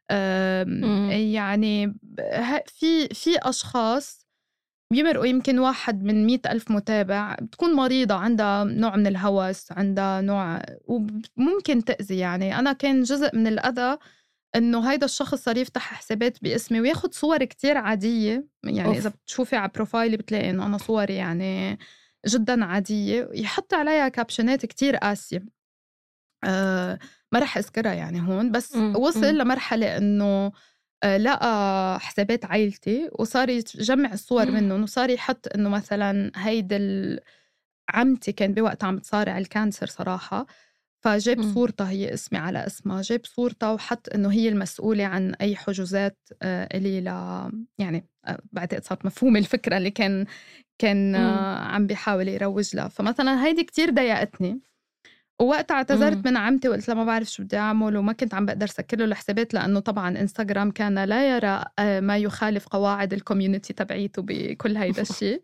يعني في في أشخاص بيمرقوا يمكن واحد من مئة ألف متابع، بتكون مريضة عندها نوع من الهوس، عندها نوع وممكن تأذي. يعني أنا كان جزء من الأذى إنه هيدا الشخص صار يفتح حسابات باسمي وياخد صور كتير عادية. يعني أوف. إذا بتشوفي على بروفايلي بتلاقي إنه أنا صوري يعني جدا عادية، يحط عليها كابشنات كتير قاسية. أه ما رح أذكرها يعني هون، بس م- وصل م- لمرحلة إنه لقى حسابات عائلتي وصار يجمع الصور منهم، وصار يحط إنه مثلا هيدا عمتي كان بوقت عم تصارع الكانسر صراحة، فجاب م. صورتها هي اسمي على اسمها، جاب صورتها وحط إنه هي المسؤولة عن أي حجوزات إلي ل يعني بعد صارت مفهوم الفكرة اللي كان كان عم بيحاول يروج لها. فمثلا هيدي كتير ضايقتني، ووقت اعتذرت مم. من عمتي وقلت لها ما بعرف شو بدي أعمل، وما كنت عم بقدر سكر له الحسابات لأنه طبعا إنستغرام كان لا يرى ما يخالف قواعد الكوميونتي تبعيته بكل هيدا الشيء.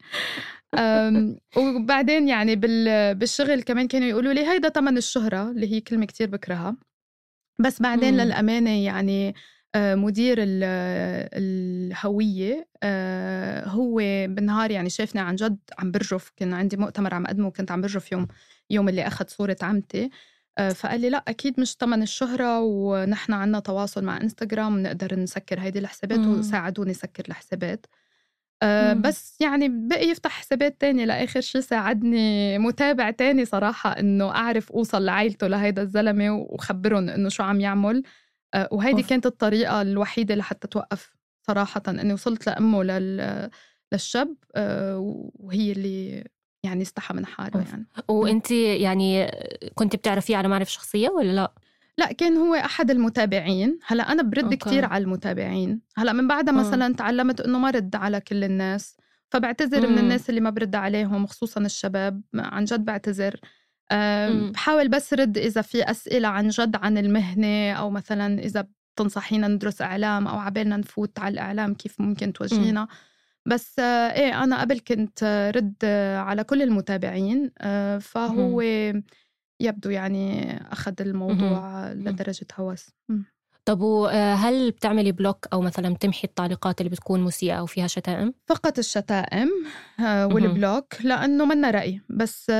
وبعدين يعني بالشغل كمان كانوا يقولوا لي هيدا تمن الشهرة، اللي هي كلمة كتير بكرهها. بس بعدين مم. للأمانة يعني مدير الهوية هو بالنهار يعني شافني عن جد عم برجف، كان عندي مؤتمر عم أقدمه وكنت عم برجف يوم يوم اللي أخذ صورة عمتي، فقال لي لا أكيد مش تمن الشهرة، ونحن عنا تواصل مع إنستغرام نقدر نسكر هيدي الحسابات، مم. وساعدوني سكر الحسابات. أه بس يعني بقي يفتح حسابات تاني. لآخر شي ساعدني متابع تاني صراحة إنه أعرف أوصل لعائلته لهيدا الزلمة وخبرهم إنه شو عم يعمل. أه وهيدي أوف. كانت الطريقة الوحيدة لحتى توقف صراحة، إني وصلت لأمه لل... للشاب أه وهي اللي يعني استحى من حاله. يعني وإنتي يعني كنت بتعرفيه على معرفة شخصية ولا لا؟ لا كان هو أحد المتابعين. هلأ أنا برد أوكي. كتير على المتابعين. هلأ من بعدها مثلا تعلمت إنه ما رد على كل الناس، فبعتذر مم. من الناس اللي ما برد عليهم، خصوصا الشباب، عن جد بعتذر. بحاول بس رد إذا في أسئلة عن جد عن المهنة، أو مثلا إذا بتنصحينا ندرس إعلام أو عبالنا نفوت على الإعلام كيف ممكن توجهينا. بس إيه أنا قبل كنت رد على كل المتابعين، فهو مم. يبدو يعني أخذ الموضوع مم. لدرجة هوس. مم. طب وهل بتعملي بلوك أو مثلا تمحي التعليقات اللي بتكون مسيئة أو فيها شتائم؟ فقط الشتائم والبلوك، لأنه منا رأي بس.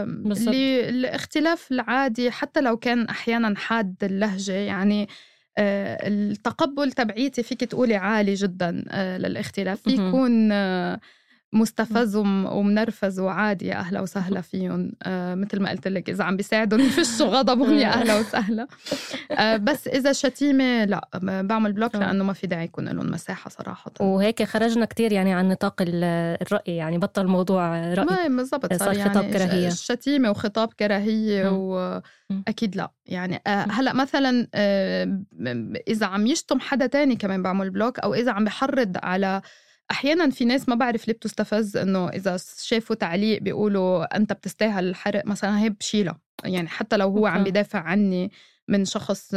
الاختلاف العادي حتى لو كان أحيانا حاد اللهجة، يعني التقبل تبعيتي فيك تقولي عالي جدا للاختلاف، يكون مستفز ومنرفز وعادي يا أهلا وسهلا فيهم. آه مثل ما قلت لك إذا عم بيساعدون يفشوا غضبهم يا أهلا وسهلا. آه بس إذا شتيمة لا بعمل بلوك، لأنه ما في داعي يكون لهم مساحة صراحة. وهيك خرجنا كتير يعني عن نطاق الرأي، يعني بطل موضوع رأي، ما بالضبط صار يعني خطاب كراهية، شتيمة وخطاب كراهية، وأكيد لا. يعني آه هلأ مثلا آه إذا عم يشتم حدا تاني كمان بعمل بلوك، أو إذا عم بحرض على، أحياناً في ناس ما بعرف ليه بتستفز إنه إذا شافوا تعليق بيقولوا أنت بتستاهل الحرق مثلاً، هي بشيلها. يعني حتى لو هو أوكي. عم بيدافع عني من شخص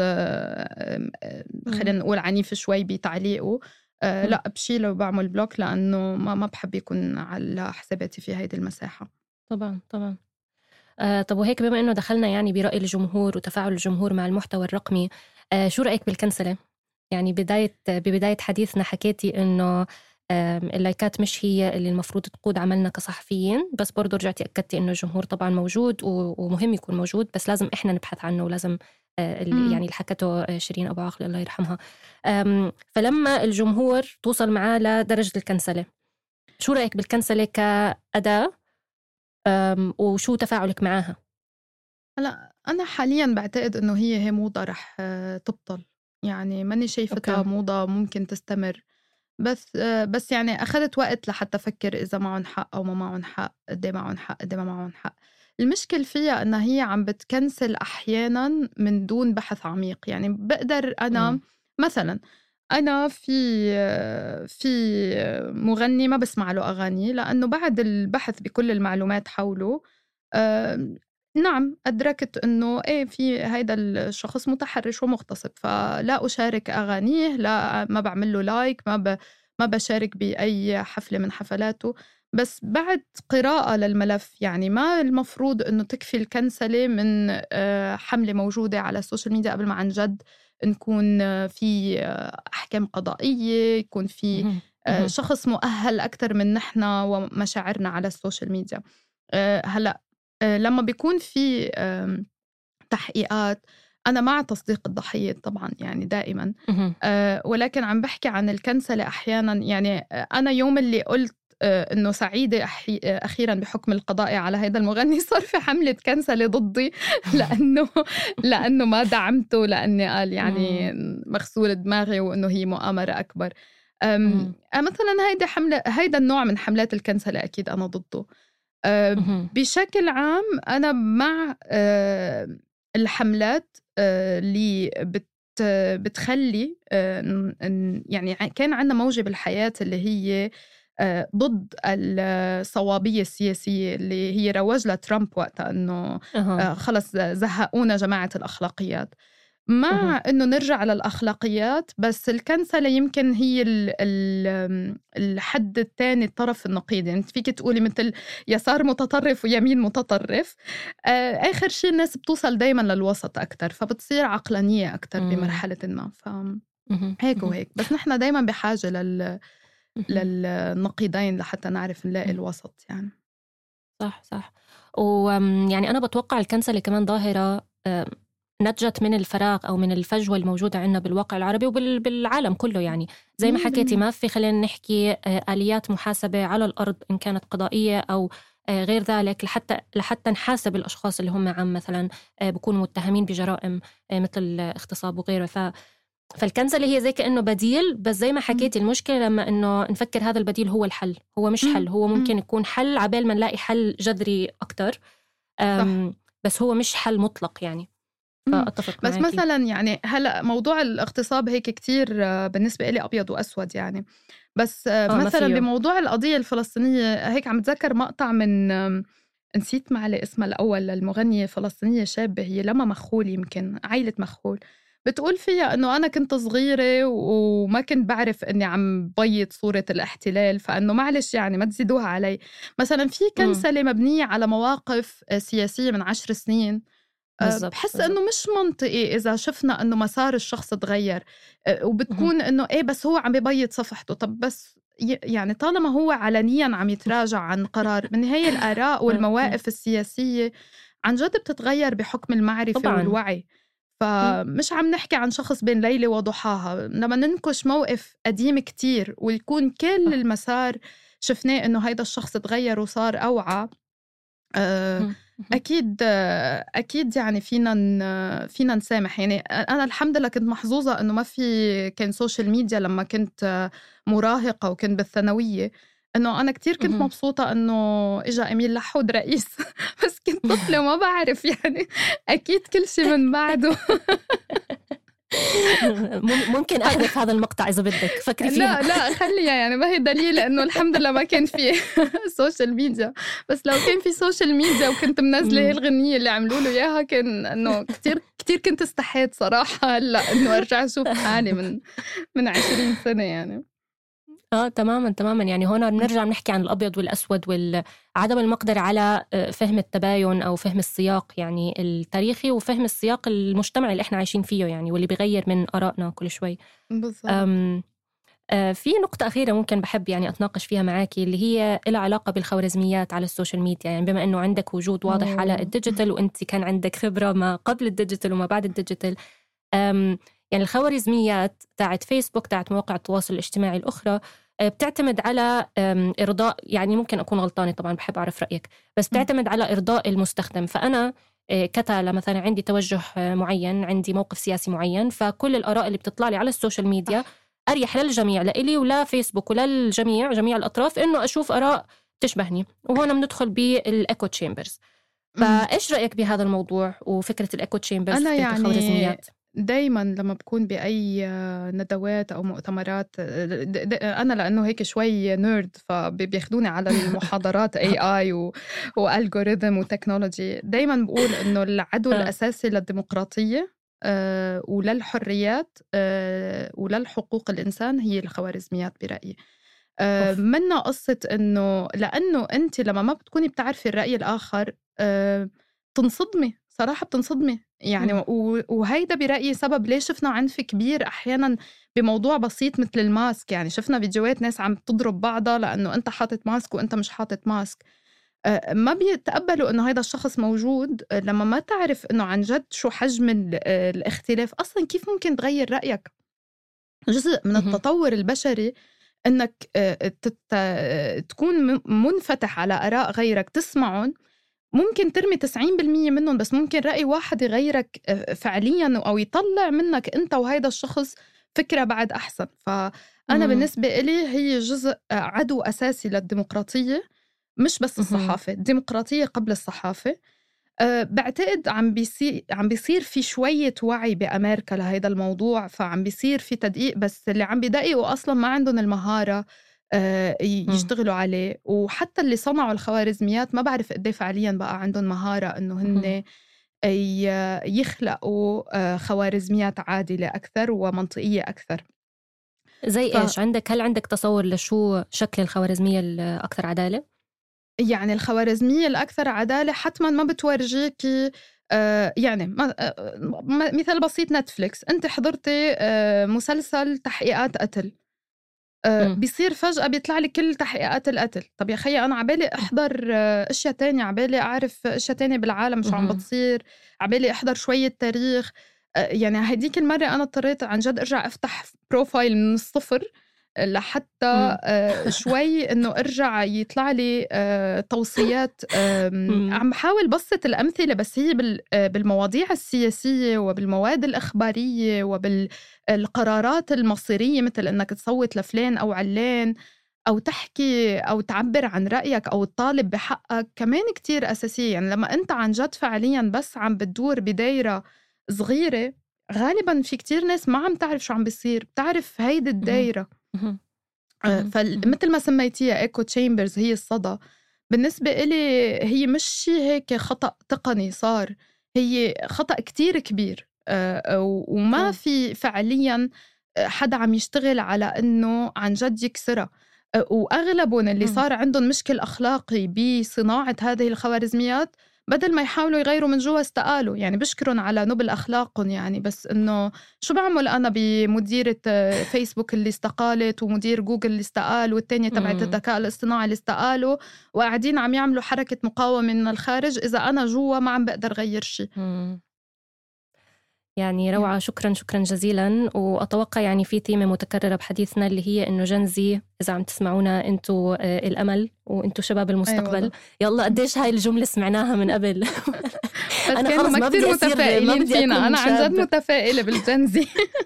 خلينا نقول عنيف شوي بتعليقه، لا بشيله وبعمل بلوك، لأنه ما ما بحب يكون على حساباتي في هيدي المساحة. طبعاً طبعاً. آه طب وهيك بما إنه دخلنا يعني برأي الجمهور وتفاعل الجمهور مع المحتوى الرقمي، آه شو رأيك بالكنسلة؟ يعني بداية ببداية حديثنا حكيتي إنه اللايكات مش هي اللي المفروض تقود عملنا كصحفيين، بس برضو رجعتي أكدتي إنه الجمهور طبعا موجود ومهم يكون موجود، بس لازم إحنا نبحث عنه، ولازم اللي يعني اللي حكته شيرين أبو عاقل الله يرحمها. فلما الجمهور توصل معاه لدرجة الكنسلة، شو رأيك بالكنسلة كأداة وشو تفاعلك معاها؟ هلا أنا حاليا بعتقد إنه هي هي موضة رح تبطل، يعني ماني شايفتها أوكي. موضة ممكن تستمر، بس بس يعني أخذت وقت لحتى أفكر إذا معهم حق أو ما معهم حق، قد إيه معهم حق قد إيه ما معهم حق. المشكل فيها إنها هي عم بتكنسل أحياناً من دون بحث عميق. يعني بقدر أنا م. مثلاً أنا في في مغني ما بسمع له أغاني لأنه بعد البحث بكل المعلومات حوله آه نعم أدركت أنه إيه في هيدا الشخص متحرش ومغتصب، فلا أشارك أغانيه، لا ما بعمل له لايك، ما ب ما بشارك بأي حفلة من حفلاته. بس بعد قراءة للملف يعني ما المفروض أنه تكفي الكنسلة من حملة موجودة على السوشيال ميديا قبل ما عن جد نكون في أحكام قضائية، يكون في شخص مؤهل أكتر من نحن ومشاعرنا على السوشيال ميديا. هلأ لما بيكون في تحقيقات أنا مع تصديق الضحية طبعاً يعني دائماً، أه ولكن عم بحكي عن الكنسلة أحياناً. يعني أنا يوم اللي قلت أه إنه سعيدة أحي... أخيراً بحكم القضاء على هذا المغني صار في حملة كنسلة ضدي لأنه لأنه ما دعمته، لأني قال يعني مغسول دماغي وإنه هي مؤامرة أكبر. مثلاً هيدا حملة هيدا النوع من حملات الكنسلة أكيد أنا ضده. أه بشكل عام أنا مع أه الحملات اللي بت بتخلي يعني كان عندنا موجة بالحياة اللي هي ضد الصوابية السياسية اللي هي روج لها ترامب وقتها إنه أه. خلص زهقونا جماعة الأخلاقيات. مع أه. إنه نرجع للأخلاقيات، بس الكنسلة يمكن هي ال ال الحد الثاني الطرف النقيض. يعني فيك تقولي مثل يسار متطرف ويمين متطرف، آه آخر شيء الناس بتوصل دايما للوسط أكتر، فبتصير عقلانية أكتر مم. بمرحلة ما. فهيك وهيك، بس نحن دايما بحاجة لل للنقيضين لحتى نعرف نلاقي الوسط. يعني صح صح. ويعني أنا بتوقع الكنسلة كمان ظاهرة نتجت من الفراغ أو من الفجوة الموجودة عندنا بالواقع العربي وبالعالم كله. يعني زي ما حكيتي ما في خلينا نحكي آليات محاسبة على الأرض إن كانت قضائية أو غير ذلك لحتى لحتى نحاسب الأشخاص اللي هم عم مثلا بيكونوا متهمين بجرائم مثل الاغتصاب وغيره. ف فالكنسلة هي زي كأنه بديل، بس زي ما حكيتي المشكلة لما إنه نفكر هذا البديل هو الحل. هو مش حل، هو ممكن يكون حل عبال ما نلاقي حل جذري أكتر، بس هو مش حل مطلق يعني. فأتفق بس معاكي. مثلا يعني هلأ موضوع الاغتصاب هيك كتير بالنسبة لي أبيض وأسود يعني. بس مثلا بموضوع القضية الفلسطينية هيك عم تذكر مقطع من نسيت معلي اسمها الأول للمغنية الفلسطينية شابة، هي لما مخول، يمكن عائلة مخول، بتقول فيها أنه أنا كنت صغيرة وما كنت بعرف أني عم بيض صورة الاحتلال، فأنه معلش يعني ما تزيدوها علي. مثلا في كنسلة مبنية على مواقف سياسية من عشر سنين، بالزبط. بحس بالزبط. أنه مش منطقي إذا شفنا أنه مسار الشخص تغير وبتكون أنه إيه بس هو عم بيبيض صفحته. طب بس يعني طالما هو علنيا عم يتراجع عن قرار، من هي الآراء والمواقف السياسية عن جد بتتغير بحكم المعرفة طبعاً. والوعي. فمش عم نحكي عن شخص بين ليلة وضحاها. لما ننكش موقف قديم كتير ويكون كل المسار شفناه أنه هيدا الشخص تغير وصار أوعى، أه أكيد أكيد يعني فينا فينا نسامح. يعني أنا الحمد لله كنت محظوظة إنه ما في كان سوشيال ميديا لما كنت مراهقة وكنت بالثانوية، إنه أنا كتير كنت مبسوطة إنه إجا أميل لحود رئيس بس كنت طفلة وما بعرف يعني أكيد كل شيء من بعده. ممكن أحذف هذا المقطع إذا بدك، فكري فيها. لا لا خليها، يعني ما هي دليل إنه الحمد لله ما كان في سوشيال ميديا. بس لو كان في سوشيال ميديا وكنت منزلة هي الغنية اللي عملوا له إياها كان إنه كتير كتير كنت استحيت صراحة هلا إنه أرجع أشوف حالي من من عشرين سنة يعني. اه تماما تماما. يعني هنا بنرجع بنحكي عن الأبيض والأسود وعدم المقدرة على فهم التباين أو فهم السياق يعني التاريخي وفهم السياق المجتمعي اللي احنا عايشين فيه يعني واللي بيغير من آرائنا كل شوي. بالضبط. في نقطة أخيرة ممكن بحب يعني أتناقش فيها معاكي اللي هي لها علاقة بالخوارزميات على السوشيال ميديا. يعني بما أنه عندك وجود واضح أوه. على الديجيتال وأنت كان عندك خبرة ما قبل الديجيتال وما بعد الديجيتال، يعني الخوارزميات تاعت فيسبوك تاعت مواقع التواصل الاجتماعي الأخرى بتعتمد على إرضاء، يعني ممكن أكون غلطانة طبعا بحب أعرف رأيك، بس بتعتمد على إرضاء المستخدم. فأنا كتالة مثلا عندي توجه معين، عندي موقف سياسي معين، فكل الآراء اللي بتطلع لي على السوشيال ميديا أريح للجميع، لإلي ولا فيسبوك ولا الجميع جميع الأطراف إنه أشوف آراء تشبهني. وهنا بندخل بالإيكو تشامبرز. فإيش رأيك بهذا الموضوع وفكرة الإيكو تشامبرز أنا وفكرة يعني الخوارزميات؟ دايما لما بكون بأي ندوات أو مؤتمرات، أنا لأنه هيك شوي نيرد فبياخدوني على المحاضرات إيه آي وألغوريثم وتكنولوجي، دايما بقول إنه العدو الأساسي للديمقراطية أه وللحريات أه وللحقوق الإنسان هي الخوارزميات برأيي. أه منا قصة إنه لأنه أنت لما ما بتكوني بتعرفي الرأي الآخر أه تنصدمي، صراحة بتنصدمي يعني. وهيدا برأيي سبب ليش شفنا عنف كبير أحيانا بموضوع بسيط مثل الماسك. يعني شفنا فيديوهات ناس عم تضرب بعضها لأنه أنت حاطط ماسك وأنت مش حاطط ماسك. ما بيتقبلوا إنه هيدا الشخص موجود لما ما تعرف إنه عن جد شو حجم الاختلاف أصلا، كيف ممكن تغير رأيك. جزء من التطور البشري إنك تكون منفتح على آراء غيرك، تسمعهم، ممكن ترمي تسعين بالمية منهم، بس ممكن رأي واحد يغيرك فعليا أو يطلع منك أنت وهيدا الشخص فكرة بعد أحسن. فأنا مم. بالنسبة إلي هي جزء عدو أساسي للديمقراطية، مش بس الصحافة، الديمقراطية قبل الصحافة. أه بعتقد عم بيصير عم بيصير في شوية وعي بأمريكا لهيدا الموضوع، فعم بيصير في تدقيق، بس اللي عم بيدققوا أصلا ما عندهم المهارة أه يشتغلوا عليه. وحتى اللي صنعوا الخوارزميات ما بعرف قديه فعليا بقى عندهم مهارة إنه هن يخلقوا خوارزميات عادلة أكثر ومنطقية أكثر. زي ف... إيش عندك؟ هل عندك تصور لشو شكل الخوارزمية الأكثر عدالة؟ يعني الخوارزمية الأكثر عدالة حتما ما بتورجيكي آه يعني ما آه مثال بسيط، نتفليكس أنت حضرتي آه مسلسل تحقيقات قتل، آه بيصير فجأة بيطلع لي كل تحقيقات القتل. طب يا خي أنا عبالي أحضر آه أشياء تانية، عبالي أعرف أشياء تانية بالعالم شو عم بتصير، عبالي أحضر شوية تاريخ. آه يعني هديك المرة أنا اضطريت عن جد أرجع أفتح بروفايل من الصفر لحتى آه شوي إنه أرجع يطلع لي آه توصيات. آه عم بحاول بسط الأمثلة، بس هي بالمواضيع السياسية وبالمواد الإخبارية وبالقرارات المصيرية، مثل إنك تصوت لفلان أو علان أو تحكي أو تعبر عن رأيك أو تطالب بحقك، كمان كتير أساسية. يعني لما أنت عن جد فعليا بس عم بتدور بدايرة صغيرة، غالبا في كتير ناس ما عم تعرف شو عم بيصير، بتعرف هيدي الدايرة. فمثل ما سميتيها إيكو تشامبرز هي الصدى. بالنسبة إلي هي مش هيك خطأ تقني صار، هي خطأ كتير كبير، وما في فعليا حدا عم يشتغل على إنه عن جد يكسرها. وأغلبهم اللي صار عندهم مشكل أخلاقي بصناعة هذه الخوارزميات بدل ما يحاولوا يغيروا من جوا استقالوا. يعني بشكرهم على نبل أخلاقهم يعني، بس إنه شو بعمل أنا بمديرة فيسبوك اللي استقالت ومدير جوجل اللي استقال والتانية تبعت الذكاء الاصطناعي اللي استقالوا وقاعدين عم يعملوا حركة مقاومة من الخارج إذا أنا جوا ما عم بقدر غير شيء. يعني روعة، شكرا شكرا جزيلا. وأتوقع يعني في ثيمة متكررة بحديثنا اللي هي إنه جنزي إذا عم تسمعونا أنتوا الأمل وأنتوا شباب المستقبل. أيوة يلا قديش هاي الجملة سمعناها من قبل. أنا خلص ما كتير متفائلين فينا، أنا عن جد متفائلة بالجنزي.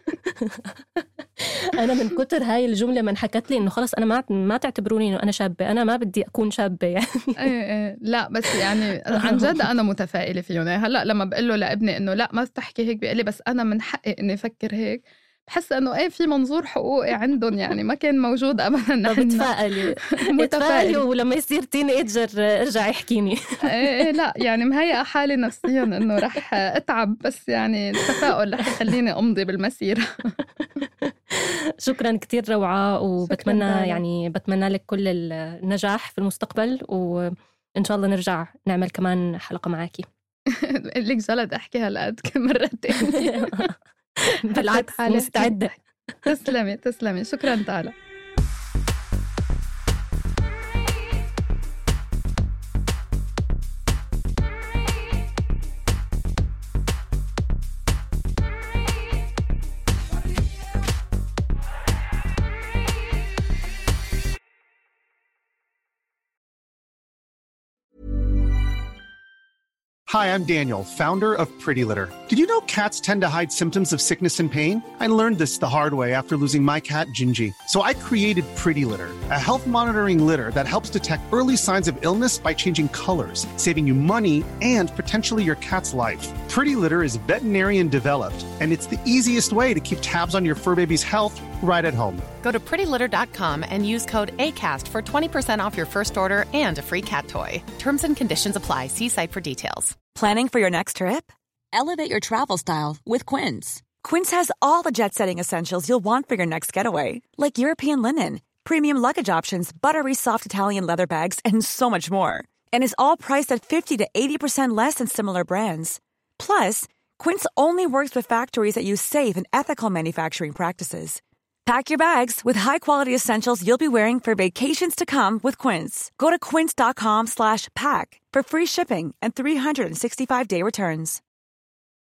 أنا من كتر هاي الجملة من حكت لي إنه خلص أنا ما ما تعتبروني إنه أنا شابة، أنا ما بدي أكون شابة يعني. إيه إيه لا بس يعني عن جد أنا متفائلة فيهم. هلأ لما بقول له لابني إنه لا ما تحكي هيك بيقول لي بس أنا من حقي إني أفكر هيك، بحس إنه إيه في منظور حقوقي عندهم يعني ما كان موجود أبدا. بتفائلي متفائلي ولما يصير تين إيجر ارجع يحكيني. إيه لا يعني مهيئة حالي نفسيا إنه رح أتعب، بس يعني التفاؤل رح يخليني أمضي بالمسيرة. شكرا كتير روعة، وبتمنى يعني بتمنى لك كل النجاح في المستقبل، وإن شاء الله نرجع نعمل كمان حلقة معاكي. لك جلد أحكي هالقد مرتين. بالعكس مستعدة. تسلمي تسلمي، شكرا تالا. Hi, I'm Daniel, founder of Pretty Litter. Did you know cats tend to hide symptoms of sickness and pain? I learned this the hard way after losing my cat, Gingy. So I created Pretty Litter, a health monitoring litter that helps detect early signs of illness by changing colors, saving you money and potentially your cat's life. Pretty Litter is veterinarian developed, and it's the easiest way to keep tabs on your fur baby's health right at home. Go to pretty litter dot com and use code ACAST for twenty percent off your first order and a free cat toy. Terms and conditions apply. See site for details. Planning for your next trip? Elevate your travel style with Quince. Quince has all the jet-setting essentials you'll want for your next getaway, like European linen, premium luggage options, buttery soft Italian leather bags, and so much more. And is all priced at fifty to eighty percent less than similar brands. Plus, Quince only works with factories that use safe and ethical manufacturing practices. Pack your bags with high-quality essentials you'll be wearing for vacations to come with Quince. Go to quince dot com slash pack for free shipping and three sixty-five day returns.